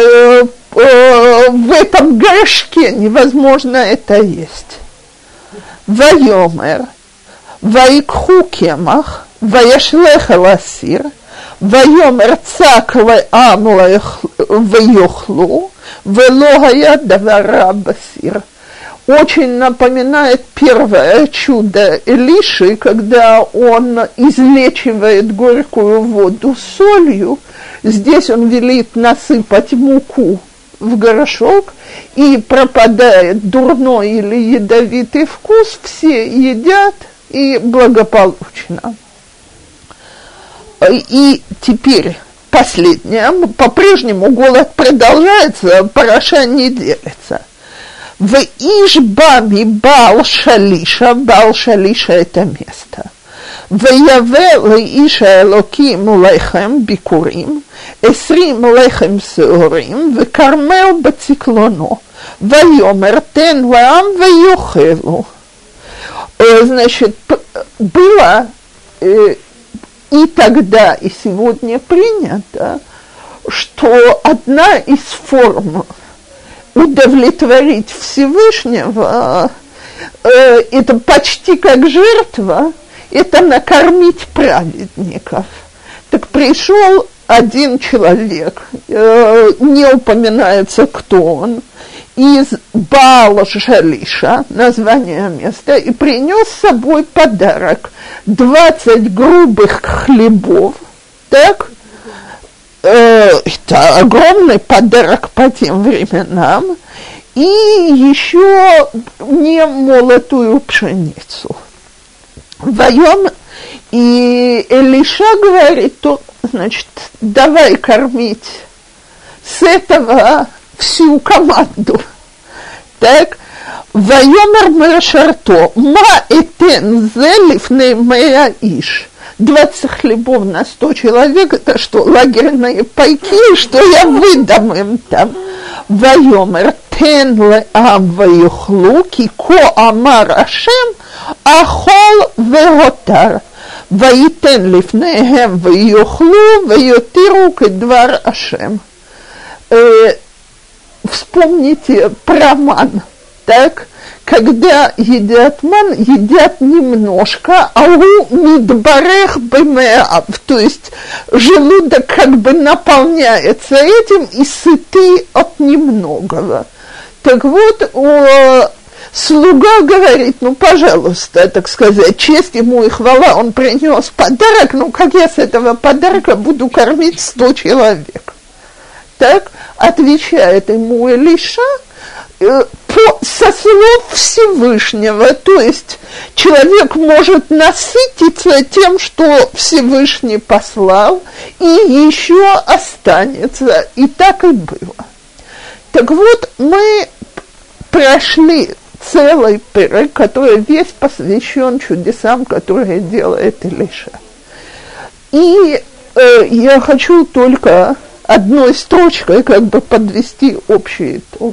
этом горшке, невозможно это есть. Вайомер, ваикху кемах, ваяшлеха ласир, вайомер цак леам вайохлу, велогая давара басир. Очень напоминает первое чудо Элиши, когда он излечивает горькую воду солью. Здесь он велит насыпать муку в горшок, и пропадает дурной или ядовитый вкус, все едят, и благополучно. И теперь последнее. По-прежнему голод продолжается, параша не делится. В Ишбами Баал Шалиша это место. В Яве Иша Элоким Лехем Бикурим, Эсрим Лехем Сеорим, в Кармел Бациклоно, в Йомер Тен Лам в Йохелу. Значит, было и тогда, и сегодня принято, что одна из форм удовлетворить Всевышнего, это почти как жертва, это накормить праведников. Так пришел один человек, не упоминается, кто он, из Баал-Шалиша, название места, и принес с собой подарок. 20 грубых хлебов, так? Это огромный подарок по тем временам, и еще не молотую пшеницу. Вдвоем, и Элиша говорит, то, значит, давай кормить с этого всю команду. Так, Вайомер Мершарто, ма этен зелиф неймея иш. 20 хлебов на 100 человек, это что, лагерные пайки, что я выдам им там? Вайомер тен леам ваюхлу, ки ко амар Ашем, ахол веготар. Ваитен лифнеhem ваюхлу, ваютиру кедвар Ашем. Вспомните про ман, так? Когда едят ман, едят немножко, а у мидбарех бемеав, то есть желудок как бы наполняется этим и сыты от немногого. Так вот, слуга говорит, ну, пожалуйста, так сказать, честь ему и хвала, он принес подарок, ну, как я с этого подарка буду кормить 100 человек? Так, отвечает ему Элиша, со слов Всевышнего, то есть человек может насытиться тем, что Всевышний послал, и еще останется, и так и было. Так вот, мы прошли целый перек, который весь посвящен чудесам, которые делает Элиша. И я хочу только одной строчкой как бы подвести общий итог.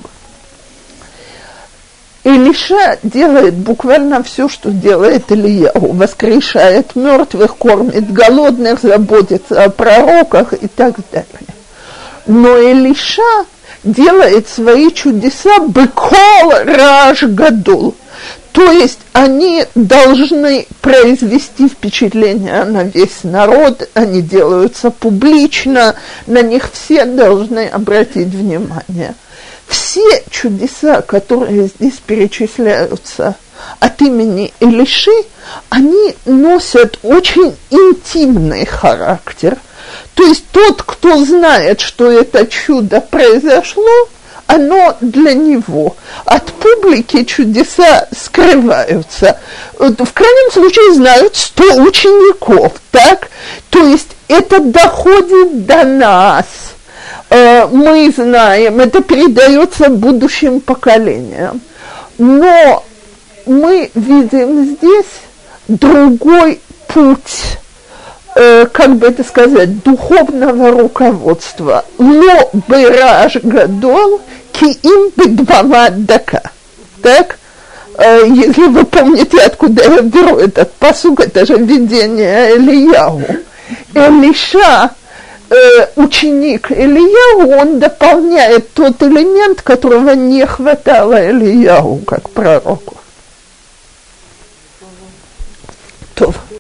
Элиша делает буквально все, что делает Ильяху, воскрешает мертвых, кормит голодных, заботится о пророках и так далее. Но Элиша делает свои чудеса бекол раш гадол. То есть они должны произвести впечатление на весь народ, они делаются публично, на них все должны обратить внимание. Все чудеса, которые здесь перечисляются от имени Элиши, они носят очень интимный характер. То есть тот, кто знает, что это чудо произошло, оно для него. От публики чудеса скрываются. В крайнем случае знают 100 учеников, так? То есть это доходит до нас. Мы знаем, это передается будущим поколениям. Но мы видим здесь другой путь, как бы это сказать, духовного руководства. Ло бираж гадол ки им бедвама дака. Так? Если вы помните, откуда я беру этот пасук, это же видение Элияу. Элиша, ученик Элияу, он дополняет тот элемент, которого не хватало Элияу как пророку. То.